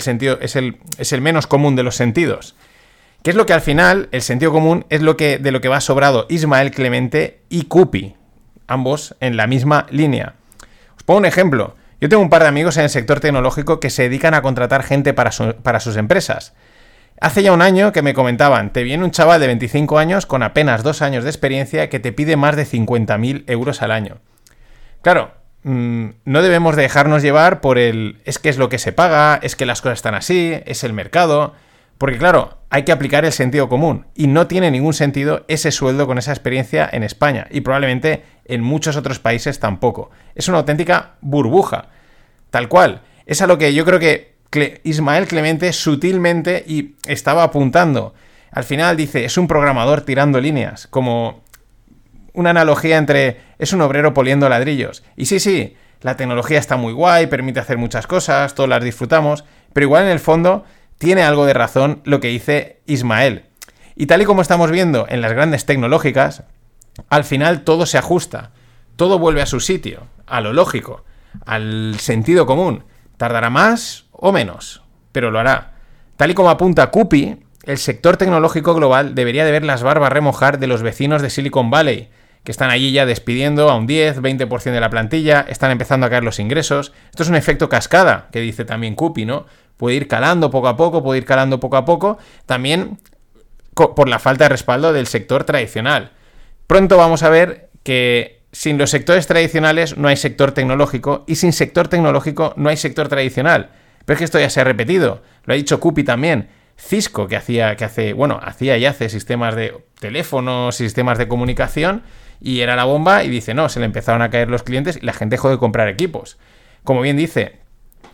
el menos común de los sentidos. Que es lo que al final, el sentido común, es de lo que va sobrado Ismael Clemente y Cupi, ambos en la misma línea. Os pongo un ejemplo. Yo tengo un par de amigos en el sector tecnológico que se dedican a contratar gente para sus empresas. Hace ya un año que me comentaban, te viene un chaval de 25 años con apenas 2 años de experiencia que te pide más de 50.000 euros al año. Claro, no debemos dejarnos llevar por es que es lo que se paga, es que las cosas están así, es el mercado. Porque claro, hay que aplicar el sentido común y no tiene ningún sentido ese sueldo con esa experiencia en España y probablemente en muchos otros países tampoco. Es una auténtica burbuja, tal cual. Es a lo que yo creo que Ismael Clemente sutilmente y estaba apuntando. Al final dice, es un programador tirando líneas, como una analogía entre es un obrero poliendo ladrillos. Y sí, la tecnología está muy guay, permite hacer muchas cosas, todas las disfrutamos, pero igual en el fondo tiene algo de razón lo que dice Ismael. Y tal y como estamos viendo en las grandes tecnológicas, al final todo se ajusta, todo vuelve a su sitio, a lo lógico, al sentido común. Tardará más o menos, pero lo hará. Tal y como apunta Cupi, el sector tecnológico global debería de ver las barbas remojar de los vecinos de Silicon Valley, que están allí ya despidiendo a un 10-20% de la plantilla, están empezando a caer los ingresos. Esto es un efecto cascada, que dice también Cupi, ¿no? Puede ir calando poco a poco, también por la falta de respaldo del sector tradicional. Pronto vamos a ver que sin los sectores tradicionales no hay sector tecnológico y sin sector tecnológico no hay sector tradicional. Pero es que esto ya se ha repetido, lo ha dicho Cupi también. Cisco, que hacía y hace sistemas de teléfonos, sistemas de comunicación, y era la bomba, y dice, no, se le empezaron a caer los clientes y la gente dejó de comprar equipos. Como bien dice,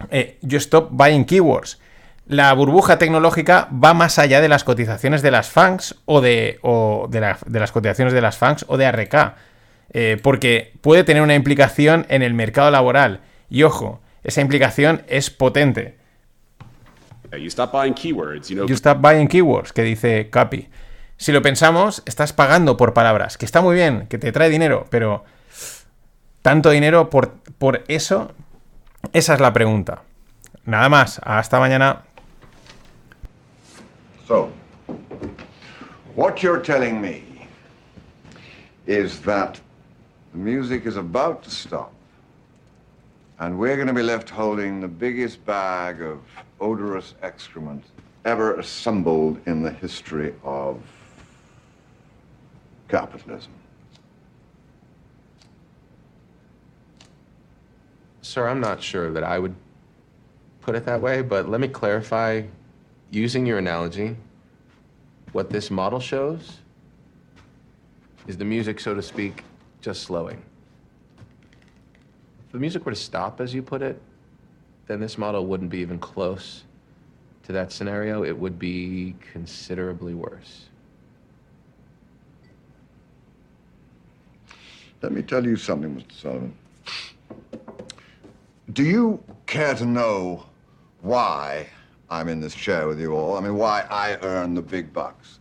You stop buying keywords. La burbuja tecnológica va más allá de las cotizaciones de las FANGs o de las cotizaciones de las FANGs o de ARK, porque puede tener una implicación en el mercado laboral. Y ojo, esa implicación es potente. You stop buying keywords, You stop buying keywords, que dice Capi. Si lo pensamos, estás pagando por palabras, que está muy bien, que te trae dinero, pero ¿tanto dinero por eso? Esa es la pregunta. Nada más, hasta mañana. So, what you're telling me is that the music is about to stop, and we're going to be left holding the biggest bag of odorous excrement ever assembled in the history of capitalism. Sir, I'm not sure that I would put it that way, but let me clarify. Using your analogy, what this model shows is the music, so to speak, just slowing. If the music were to stop, as you put it, then this model wouldn't be even close to that scenario. It would be considerably worse. Let me tell you something, Mr. Sullivan. Do you care to know why I'm in this chair with you all? I mean, why I earn the big bucks?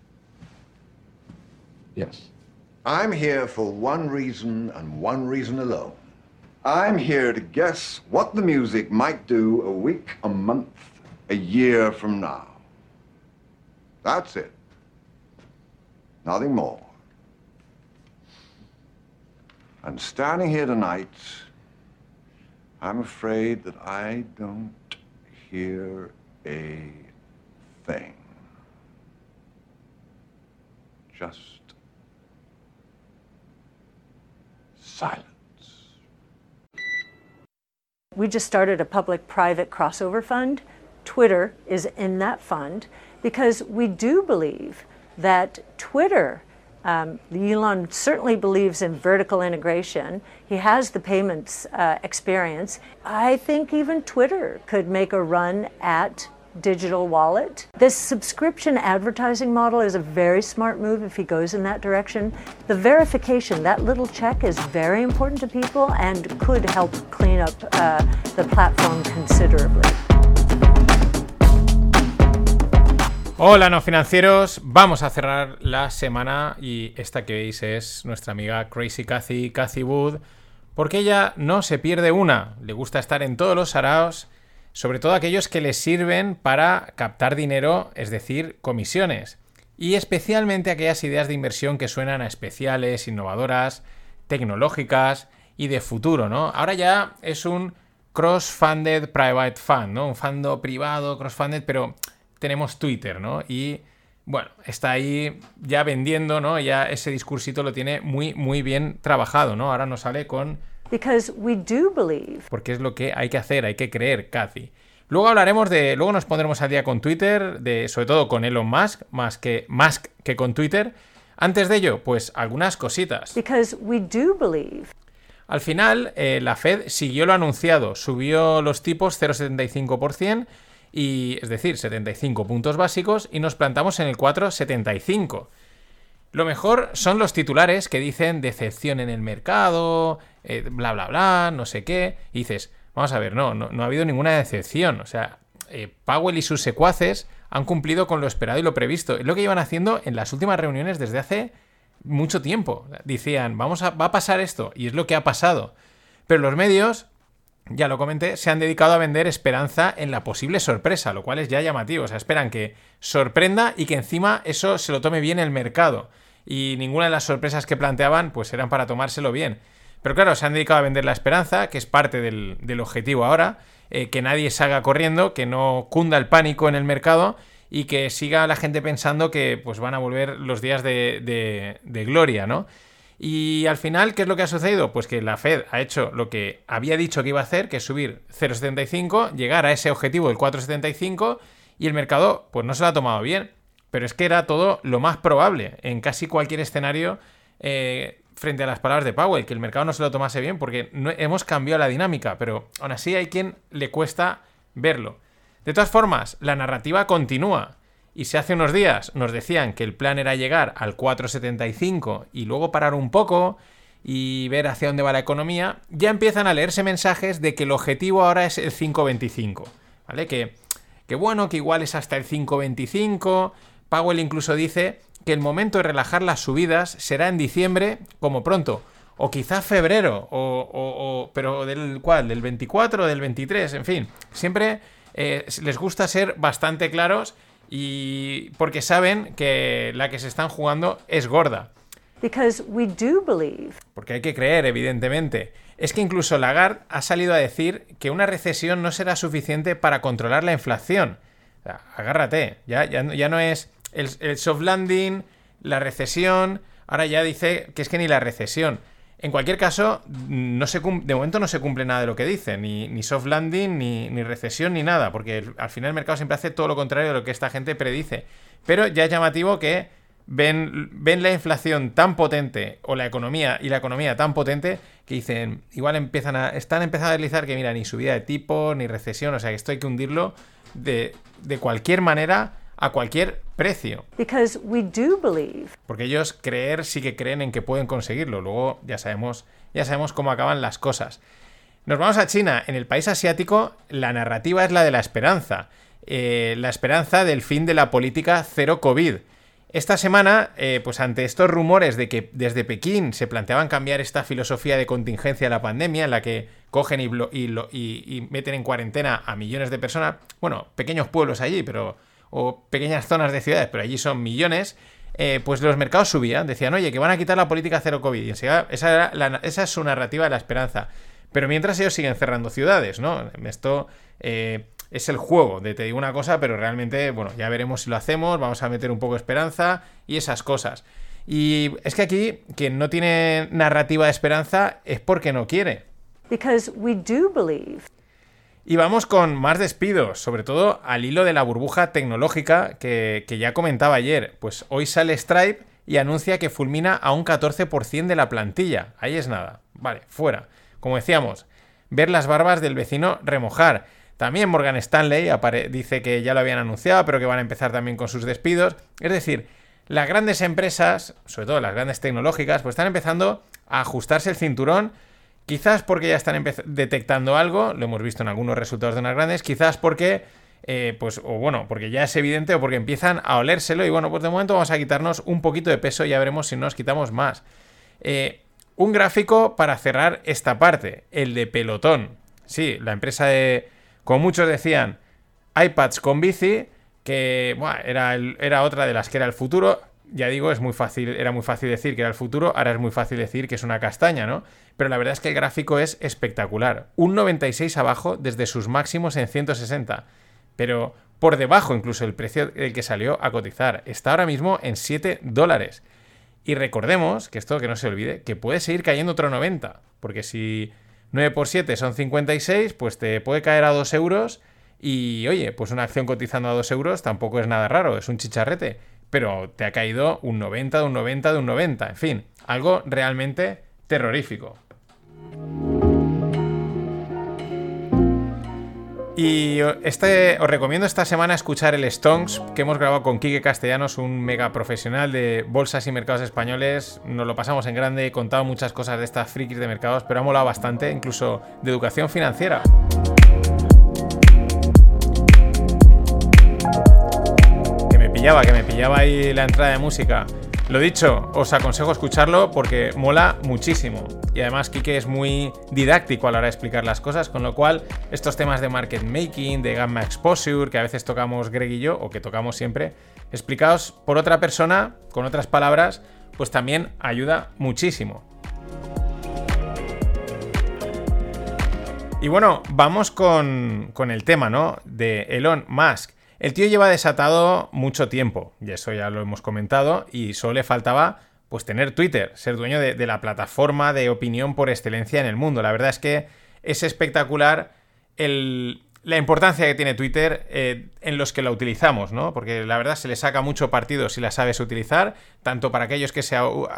Yes. I'm here for one reason and one reason alone. I'm here to guess what the music might do a week, a month, a year from now. That's it. Nothing more. And standing here tonight, I'm afraid that I don't hear a thing. Just silence. We just started a public-private crossover fund. Twitter is in that fund because we do believe that Twitter, Elon certainly believes in vertical integration. He has the payments experience. I think even Twitter could make a run at digital wallet. This subscription advertising model is a very smart move if he goes in that direction. The verification, that little check, is very important to people and could help clean up the platform considerably. Hola no financieros, vamos a cerrar la semana y esta que veis es nuestra amiga Crazy Cathy Wood, porque ella no se pierde una, le gusta estar en todos los saraos, sobre todo aquellos que les sirven para captar dinero, es decir, comisiones, y especialmente aquellas ideas de inversión que suenan a especiales, innovadoras, tecnológicas y de futuro, ¿no? Ahora ya es un cross-funded private fund, ¿no? Un fondo privado, cross-funded, pero tenemos Twitter, ¿no? Y bueno, está ahí ya vendiendo, ¿no? Ya ese discursito lo tiene muy, muy bien trabajado, ¿no? Ahora nos sale con... Because we do believe. Porque es lo que hay que hacer, hay que creer, Cathy. Luego hablaremos de... Luego nos pondremos al día con Twitter, sobre todo con Elon Musk, más que con Twitter. Antes de ello, pues algunas cositas. Because we do believe. Al final, la Fed siguió lo anunciado, subió los tipos 0,75%, y, es decir, 75 puntos básicos, y nos plantamos en el 4,75. Lo mejor son los titulares que dicen decepción en el mercado, bla, bla, bla, no sé qué. Y dices, vamos a ver, no ha habido ninguna decepción. O sea, Powell y sus secuaces han cumplido con lo esperado y lo previsto. Es lo que iban haciendo en las últimas reuniones desde hace mucho tiempo. Decían, va a pasar esto, y es lo que ha pasado. Pero los medios, ya lo comenté, se han dedicado a vender esperanza en la posible sorpresa, lo cual es ya llamativo. O sea, esperan que sorprenda y que encima eso se lo tome bien el mercado. Y ninguna de las sorpresas que planteaban pues eran para tomárselo bien. Pero claro, se han dedicado a vender la esperanza, que es parte del objetivo ahora, que nadie salga corriendo, que no cunda el pánico en el mercado y que siga la gente pensando que pues van a volver los días de gloria, ¿no? Y al final, ¿qué es lo que ha sucedido? Pues que la Fed ha hecho lo que había dicho que iba a hacer, que es subir 0,75, llegar a ese objetivo del 4,75, y el mercado pues no se lo ha tomado bien. Pero es que era todo lo más probable en casi cualquier escenario frente a las palabras de Powell, que el mercado no se lo tomase bien, porque hemos cambiado la dinámica, pero aún así hay quien le cuesta verlo. De todas formas, la narrativa continúa. Y si hace unos días nos decían que el plan era llegar al 4,75 y luego parar un poco y ver hacia dónde va la economía, ya empiezan a leerse mensajes de que el objetivo ahora es el 5,25, ¿vale? Que bueno, que igual es hasta el 5,25. Powell incluso dice que el momento de relajar las subidas será en diciembre como pronto, o quizá febrero, pero ¿del cuál? ¿Del 24 o del 23? En fin, siempre les gusta ser bastante claros y porque saben que la que se están jugando es gorda. Because we do believe. Porque hay que creer, evidentemente. Es que incluso Lagarde ha salido a decir que una recesión no será suficiente para controlar la inflación. O sea, agárrate, ya no es el soft landing, la recesión, ahora ya dice que es que ni la recesión. En cualquier caso, de momento no se cumple nada de lo que dice, ni soft landing, ni recesión, ni nada, porque al final el mercado siempre hace todo lo contrario de lo que esta gente predice. Pero ya es llamativo que ven la inflación tan potente, o la economía tan potente, que dicen, igual están empezando a deslizar que mira, ni subida de tipo, ni recesión, o sea que esto hay que hundirlo de cualquier manera, a cualquier precio. Because we do believe. Porque ellos sí que creen en que pueden conseguirlo. Luego ya sabemos cómo acaban las cosas. Nos vamos a China. En el país asiático la narrativa es la de la esperanza. La esperanza del fin de la política cero COVID. Esta semana, pues ante estos rumores de que desde Pekín se planteaban cambiar esta filosofía de contingencia de la pandemia, en la que cogen y meten en cuarentena a millones de personas, bueno, pequeños pueblos allí, o pequeñas zonas de ciudades, pero allí son millones, pues los mercados subían, decían, oye, que van a quitar la política cero COVID, y enseguida, esa es su narrativa de la esperanza. Pero mientras ellos siguen cerrando ciudades, ¿no? Esto es el juego de te digo una cosa, pero realmente, bueno, ya veremos si lo hacemos, vamos a meter un poco de esperanza y esas cosas. Y es que aquí, quien no tiene narrativa de esperanza es porque no quiere. Because we do believe. Y vamos con más despidos, sobre todo al hilo de la burbuja tecnológica que ya comentaba ayer. Pues hoy sale Stripe y anuncia que fulmina a un 14% de la plantilla. Ahí es nada. Vale, fuera. Como decíamos, ver las barbas del vecino remojar. También Morgan Stanley dice que ya lo habían anunciado, pero que van a empezar también con sus despidos. Es decir, las grandes empresas, sobre todo las grandes tecnológicas, pues están empezando a ajustarse el cinturón. Quizás porque ya están detectando algo, lo hemos visto en algunos resultados de unas grandes, quizás porque, porque ya es evidente o porque empiezan a olérselo y bueno, pues de momento vamos a quitarnos un poquito de peso y ya veremos si nos quitamos más. Un gráfico para cerrar esta parte, el de Pelotón. Sí, la empresa como muchos decían, iPads con bici, que era otra de las que era el futuro. Ya digo, era muy fácil decir que era el futuro, ahora es muy fácil decir que es una castaña, ¿no? Pero la verdad es que el gráfico es espectacular. Un 96 abajo desde sus máximos en 160. Pero por debajo incluso el precio del que salió a cotizar. Está ahora mismo en $7. Y recordemos, que esto que no se olvide, que puede seguir cayendo otro 90. Porque si 9 por 7 son 56, pues te puede caer a 2 euros. Y oye, pues una acción cotizando a 2 euros tampoco es nada raro, es un chicharrete. Pero te ha caído un 90, de un 90, de un 90. En fin, algo realmente terrorífico. Y os recomiendo esta semana escuchar el Stonks que hemos grabado con Quique Castellanos, un mega profesional de bolsas y mercados españoles. Nos lo pasamos en grande, he contado muchas cosas de estas frikis de mercados, pero ha molado bastante, incluso de educación financiera. Que me pillaba ahí la entrada de música. Lo dicho, os aconsejo escucharlo porque mola muchísimo. Y además Quique es muy didáctico a la hora de explicar las cosas, con lo cual estos temas de market making, de gamma exposure, que a veces tocamos Greg y yo, o que tocamos siempre, explicados por otra persona, con otras palabras, pues también ayuda muchísimo. Y bueno, vamos con el tema, ¿no? De Elon Musk. El tío lleva desatado mucho tiempo, y eso ya lo hemos comentado, y solo le faltaba pues tener Twitter, ser dueño de la plataforma de opinión por excelencia en el mundo. La verdad es que es espectacular el la importancia que tiene Twitter en los que la utilizamos, ¿no? Porque la verdad se le saca mucho partido si la sabes utilizar, tanto para aquellos que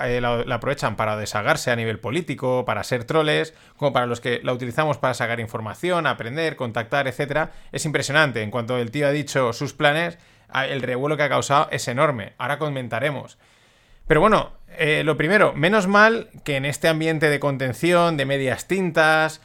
la aprovechan para desahogarse a nivel político, para ser troles, como para los que la utilizamos para sacar información, aprender, contactar, etcétera. Es impresionante. En cuanto el tío ha dicho sus planes, el revuelo que ha causado es enorme. Ahora comentaremos. Pero bueno, lo primero, menos mal que en este ambiente de contención, de medias tintas,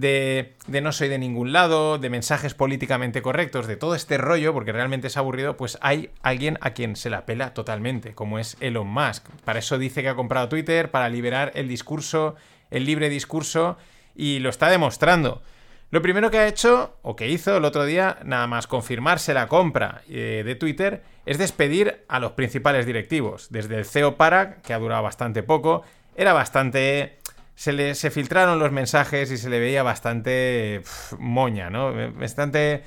de no soy de ningún lado, de mensajes políticamente correctos, de todo este rollo, porque realmente es aburrido, pues hay alguien a quien se la pela totalmente, como es Elon Musk. Para eso dice que ha comprado Twitter, para liberar el discurso, el libre discurso, y lo está demostrando. Lo primero que ha hecho, o que hizo el otro día, nada más confirmarse la compra de Twitter, es despedir a los principales directivos. Desde el CEO Parag, que ha durado bastante poco, era bastante... Se filtraron los mensajes y se le veía bastante moña, ¿no? Bastante...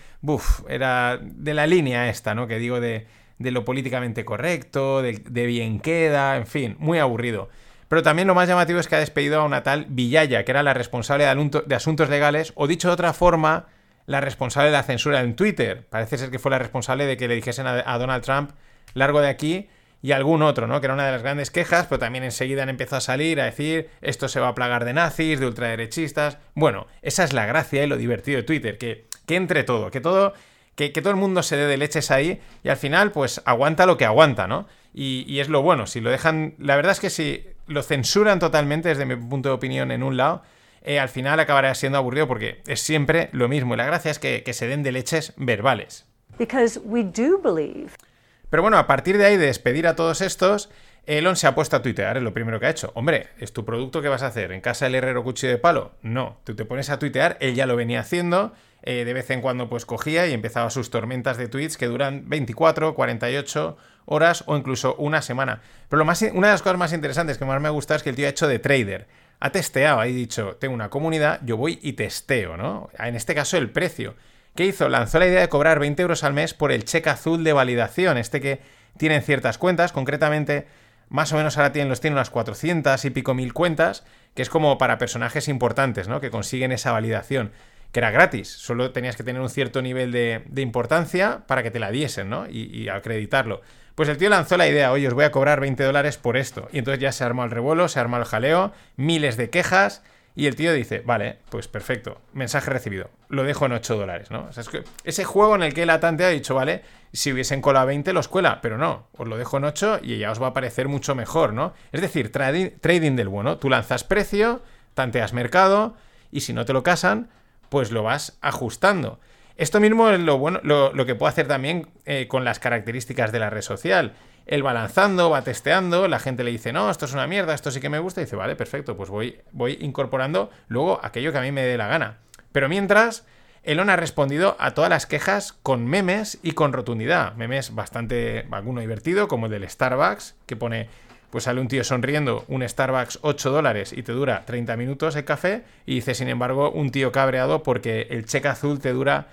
era de la línea esta, ¿no? Que digo de lo políticamente correcto, de bien queda, en fin, muy aburrido. Pero también lo más llamativo es que ha despedido a una tal Villaya, que era la responsable de asuntos legales, o dicho de otra forma, la responsable de la censura en Twitter. Parece ser que fue la responsable de que le dijesen a Donald Trump, largo de aquí, y algún otro, ¿no? Que era una de las grandes quejas, pero también enseguida han empezado a salir a decir esto se va a plagar de nazis, de ultraderechistas. Bueno, esa es la gracia y lo divertido de Twitter, que entre todo, que todo el mundo se dé de leches ahí y al final pues aguanta lo que aguanta, ¿no? Y es lo bueno, si lo dejan... La verdad es que si lo censuran totalmente, desde mi punto de opinión, en un lado, al final acabará siendo aburrido porque es siempre lo mismo. Y la gracia es que se den de leches verbales. Because we do believe... Pero bueno, a partir de ahí, de despedir a todos estos, Elon se ha puesto a tuitear, es lo primero que ha hecho. Hombre, ¿es tu producto que vas a hacer? ¿En casa del herrero cuchillo de palo? No, tú te pones a tuitear, él ya lo venía haciendo, de vez en cuando pues cogía y empezaba sus tormentas de tweets que duran 24, 48 horas o incluso una semana. Pero una de las cosas más interesantes que más me ha gustado es que el tío ha hecho de trader. Ha testeado, ha dicho, tengo una comunidad, yo voy y testeo, ¿no? En este caso el precio. ¿Qué hizo? Lanzó la idea de cobrar 20 euros al mes por el cheque azul de validación, que tienen ciertas cuentas, concretamente, más o menos ahora tiene unas 400 y pico mil cuentas, que es como para personajes importantes, ¿no? Que consiguen esa validación, que era gratis, solo tenías que tener un cierto nivel de importancia para que te la diesen, ¿no? Y acreditarlo. Pues el tío lanzó la idea, oye, os voy a cobrar $20 por esto, y entonces ya se armó el revuelo, se armó el jaleo, miles de quejas. Y el tío dice, vale, pues perfecto, mensaje recibido, lo dejo en $8, ¿no? O sea, es que ese juego en el que él ha tanteado ha dicho, vale, si hubiesen colado 20 los cuela, pero no, os lo dejo en 8 y ya os va a parecer mucho mejor, ¿no? Es decir, trading del bueno, tú lanzas precio, tanteas mercado y si no te lo casan, pues lo vas ajustando. Esto mismo es lo bueno, lo que puedo hacer también con las características de la red social. Él va lanzando, va testeando, la gente le dice, no, esto es una mierda, esto sí que me gusta, y dice, vale, perfecto, pues voy incorporando luego aquello que a mí me dé la gana. Pero mientras, Elon ha respondido a todas las quejas con memes y con rotundidad. Memes bastante, alguno divertido, como el del Starbucks, que pone, pues sale un tío sonriendo, un Starbucks $8 y te dura 30 minutos el café, y dice, sin embargo, un tío cabreado porque el cheque azul te dura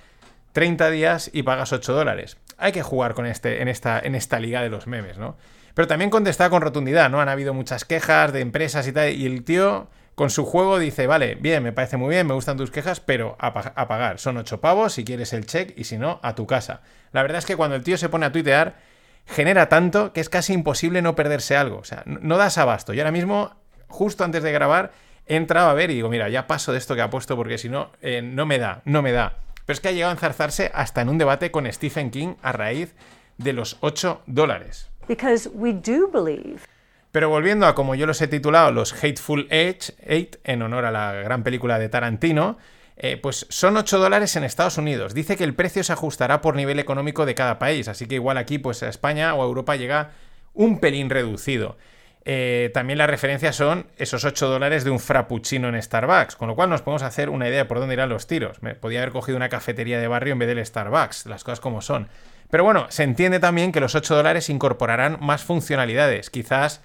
30 días y pagas $8. Hay que jugar con en esta liga de los memes, ¿no? Pero también contestaba con rotundidad, ¿no? Han habido muchas quejas de empresas y tal, y el tío con su juego dice, vale, bien, me parece muy bien, me gustan tus quejas, pero a pagar. Son 8 pavos si quieres el check y si no, a tu casa. La verdad es que cuando el tío se pone a tuitear, genera tanto que es casi imposible no perderse algo. O sea, no das abasto. Yo ahora mismo, justo antes de grabar, he entrado a ver y digo, mira, ya paso de esto que ha puesto porque si no, no me da. Pero es que ha llegado a enzarzarse hasta en un debate con Stephen King a raíz de los $8. Because we do believe. Pero volviendo a como yo los he titulado, los Hateful Eight, en honor a la gran película de Tarantino, pues son $8 en Estados Unidos. Dice que el precio se ajustará por nivel económico de cada país, así que igual aquí pues a España o a Europa llega un pelín reducido. También las referencias son esos $8 de un frappuccino en Starbucks, con lo cual nos podemos hacer una idea por dónde irán los tiros. Podía haber cogido una cafetería de barrio en vez del Starbucks, las cosas como son. Pero bueno, se entiende también que los $8 incorporarán más funcionalidades, quizás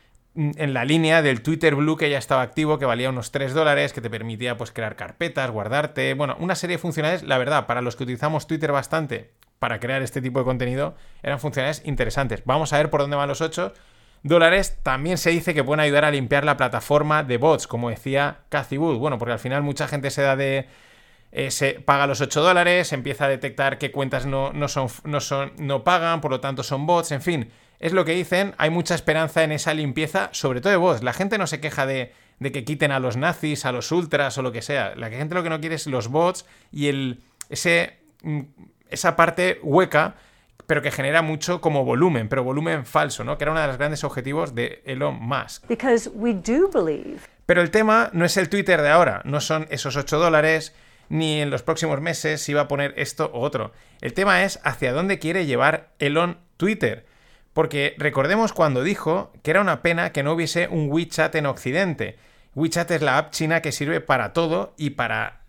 en la línea del Twitter Blue que ya estaba activo, que valía unos $3, que te permitía pues crear carpetas, guardarte, bueno, una serie de funcionalidades, la verdad, para los que utilizamos Twitter bastante para crear este tipo de contenido, eran funcionalidades interesantes. Vamos a ver por dónde van los $8. También se dice que pueden ayudar a limpiar la plataforma de bots, como decía Cathie Wood. Bueno, porque al final mucha gente se da de se paga los $8, empieza a detectar qué cuentas no pagan, por lo tanto son bots, en fin, es lo que dicen. Hay mucha esperanza en esa limpieza, sobre todo de bots. La gente no se queja de que quiten a los nazis, a los ultras o lo que sea. La gente lo que no quiere es los bots y esa parte hueca, pero que genera mucho como volumen, pero volumen falso, ¿no? Que era uno de los grandes objetivos de Elon Musk. Because we do believe. Pero el tema no es el Twitter de ahora, no son esos $8, ni en los próximos meses si va a poner esto u otro. El tema es hacia dónde quiere llevar Elon Twitter. Porque recordemos cuando dijo que era una pena que no hubiese un WeChat en Occidente. WeChat es la app china que sirve para todo y para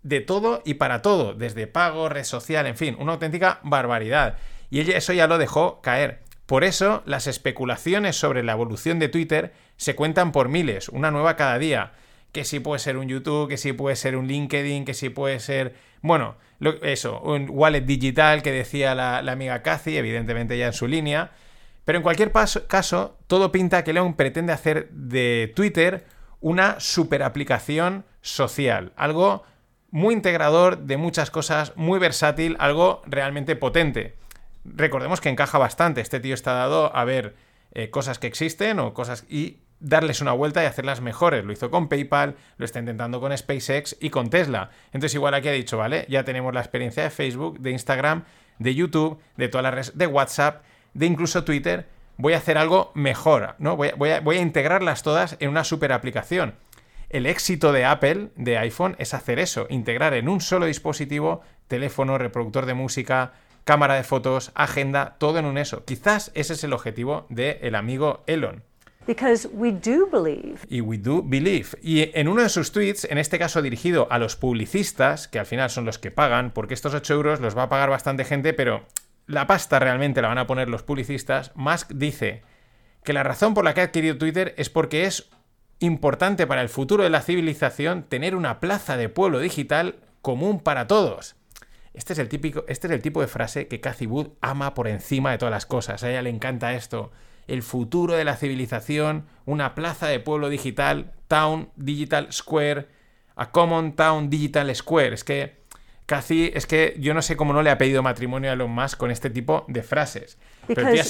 todo, desde pago, red social, en fin, una auténtica barbaridad. Y eso ya lo dejó caer. Por eso las especulaciones sobre la evolución de Twitter se cuentan por miles, una nueva cada día. Que sí puede ser un YouTube, que sí puede ser un LinkedIn, que sí puede ser... Bueno, un wallet digital que decía la amiga Cathy, evidentemente ya en su línea. Pero en cualquier caso, todo pinta que Elon pretende hacer de Twitter una super aplicación social. Algo muy integrador de muchas cosas, muy versátil, algo realmente potente. Recordemos que encaja bastante. Este tío está dado a ver cosas que existen o cosas y darles una vuelta y hacerlas mejores. Lo hizo con PayPal, lo está intentando con SpaceX y con Tesla. Entonces igual aquí ha dicho, vale, ya tenemos la experiencia de Facebook, de Instagram, de YouTube, de todas las redes, de WhatsApp, de incluso Twitter. Voy a hacer algo mejor, ¿no? Voy a integrarlas todas en una super aplicación. El éxito de Apple, de iPhone, es hacer eso, integrar en un solo dispositivo teléfono, reproductor de música, cámara de fotos, agenda, todo en un eso. Quizás ese es el objetivo del amigo Elon. Because we do believe. Y we do believe. Y en uno de sus tweets, en este caso dirigido a los publicistas, que al final son los que pagan, porque estos 8 euros los va a pagar bastante gente, pero la pasta realmente la van a poner los publicistas, Musk dice que la razón por la que ha adquirido Twitter es porque es importante para el futuro de la civilización tener una plaza de pueblo digital común para todos. Este es el tipo de frase que Cathie Wood ama por encima de todas las cosas. A ella le encanta esto. El futuro de la civilización, una plaza de pueblo digital, Town Digital Square, a Common Town Digital Square. Es que Cathie, yo no sé cómo no le ha pedido matrimonio a Elon Musk con este tipo de frases. Pero el tío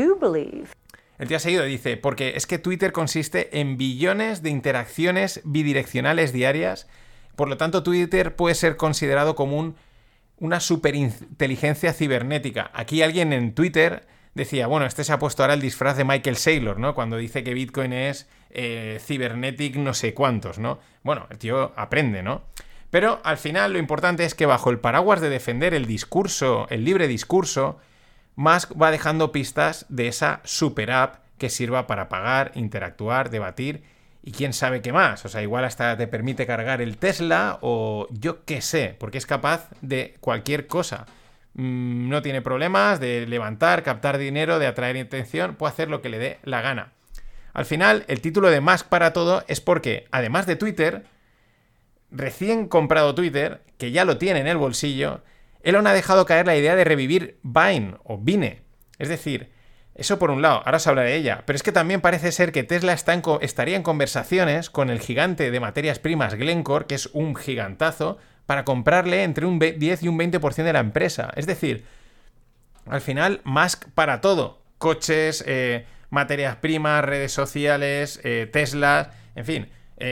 ha seguido, dice, porque es que Twitter consiste en billones de interacciones bidireccionales diarias. Por lo tanto, Twitter puede ser considerado como una superinteligencia cibernética. Aquí alguien en Twitter decía, bueno, este se ha puesto ahora el disfraz de Michael Saylor, ¿no? Cuando dice que Bitcoin es cibernetic no sé cuántos, ¿no? Bueno, el tío aprende, ¿no? Pero al final lo importante es que bajo el paraguas de defender el discurso, el libre discurso, Musk va dejando pistas de esa super app que sirva para pagar, interactuar, debatir y quién sabe qué más. O sea, igual hasta te permite cargar el Tesla o yo qué sé, porque es capaz de cualquier cosa. No tiene problemas de levantar, captar dinero, de atraer atención, puede hacer lo que le dé la gana. Al final, el título de Musk para todo es porque, además de Twitter, recién comprado Twitter, que ya lo tiene en el bolsillo, Elon ha dejado caer la idea de revivir Vine o Vine. Es decir, eso por un lado, ahora os hablaré de ella, pero es que también parece ser que Tesla estaría en conversaciones con el gigante de materias primas Glencore, que es un gigantazo, para comprarle entre un 10 y un 20% de la empresa. Es decir, al final, Musk para todo. Coches, materias primas, redes sociales, Tesla, en fin.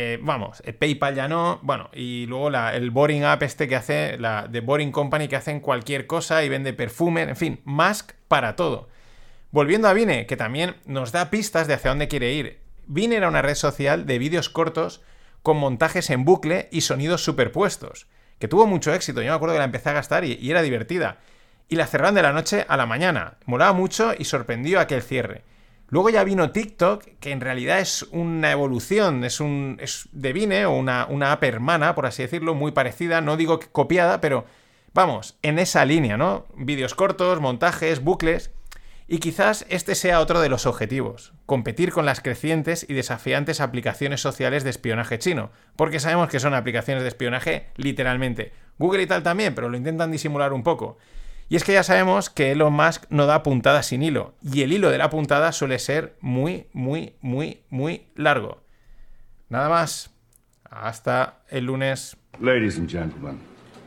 PayPal ya no. Bueno, y luego el Boring App que hace, la The Boring Company, que hacen cualquier cosa y vende perfume. En fin, Musk para todo. Volviendo a Vine, que también nos da pistas de hacia dónde quiere ir. Vine era una red social de vídeos cortos con montajes en bucle y sonidos superpuestos, que tuvo mucho éxito. Yo me acuerdo que la empecé a gastar y era divertida. Y la cerraron de la noche a la mañana. Molaba mucho y sorprendió aquel cierre. Luego ya vino TikTok, que en realidad es una evolución, es de Vine, o una app hermana, por así decirlo, muy parecida, no digo que copiada, pero vamos, en esa línea, ¿no? Vídeos cortos, montajes, bucles. Y quizás este sea otro de los objetivos, competir con las crecientes y desafiantes aplicaciones sociales de espionaje chino, porque sabemos que son aplicaciones de espionaje literalmente. Google y tal también, pero lo intentan disimular un poco. Y es que ya sabemos que Elon Musk no da puntada sin hilo, y el hilo de la puntada suele ser muy, muy, muy, muy largo. Nada más. Hasta el lunes. Ladies and gentlemen,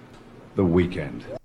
The Weeknd.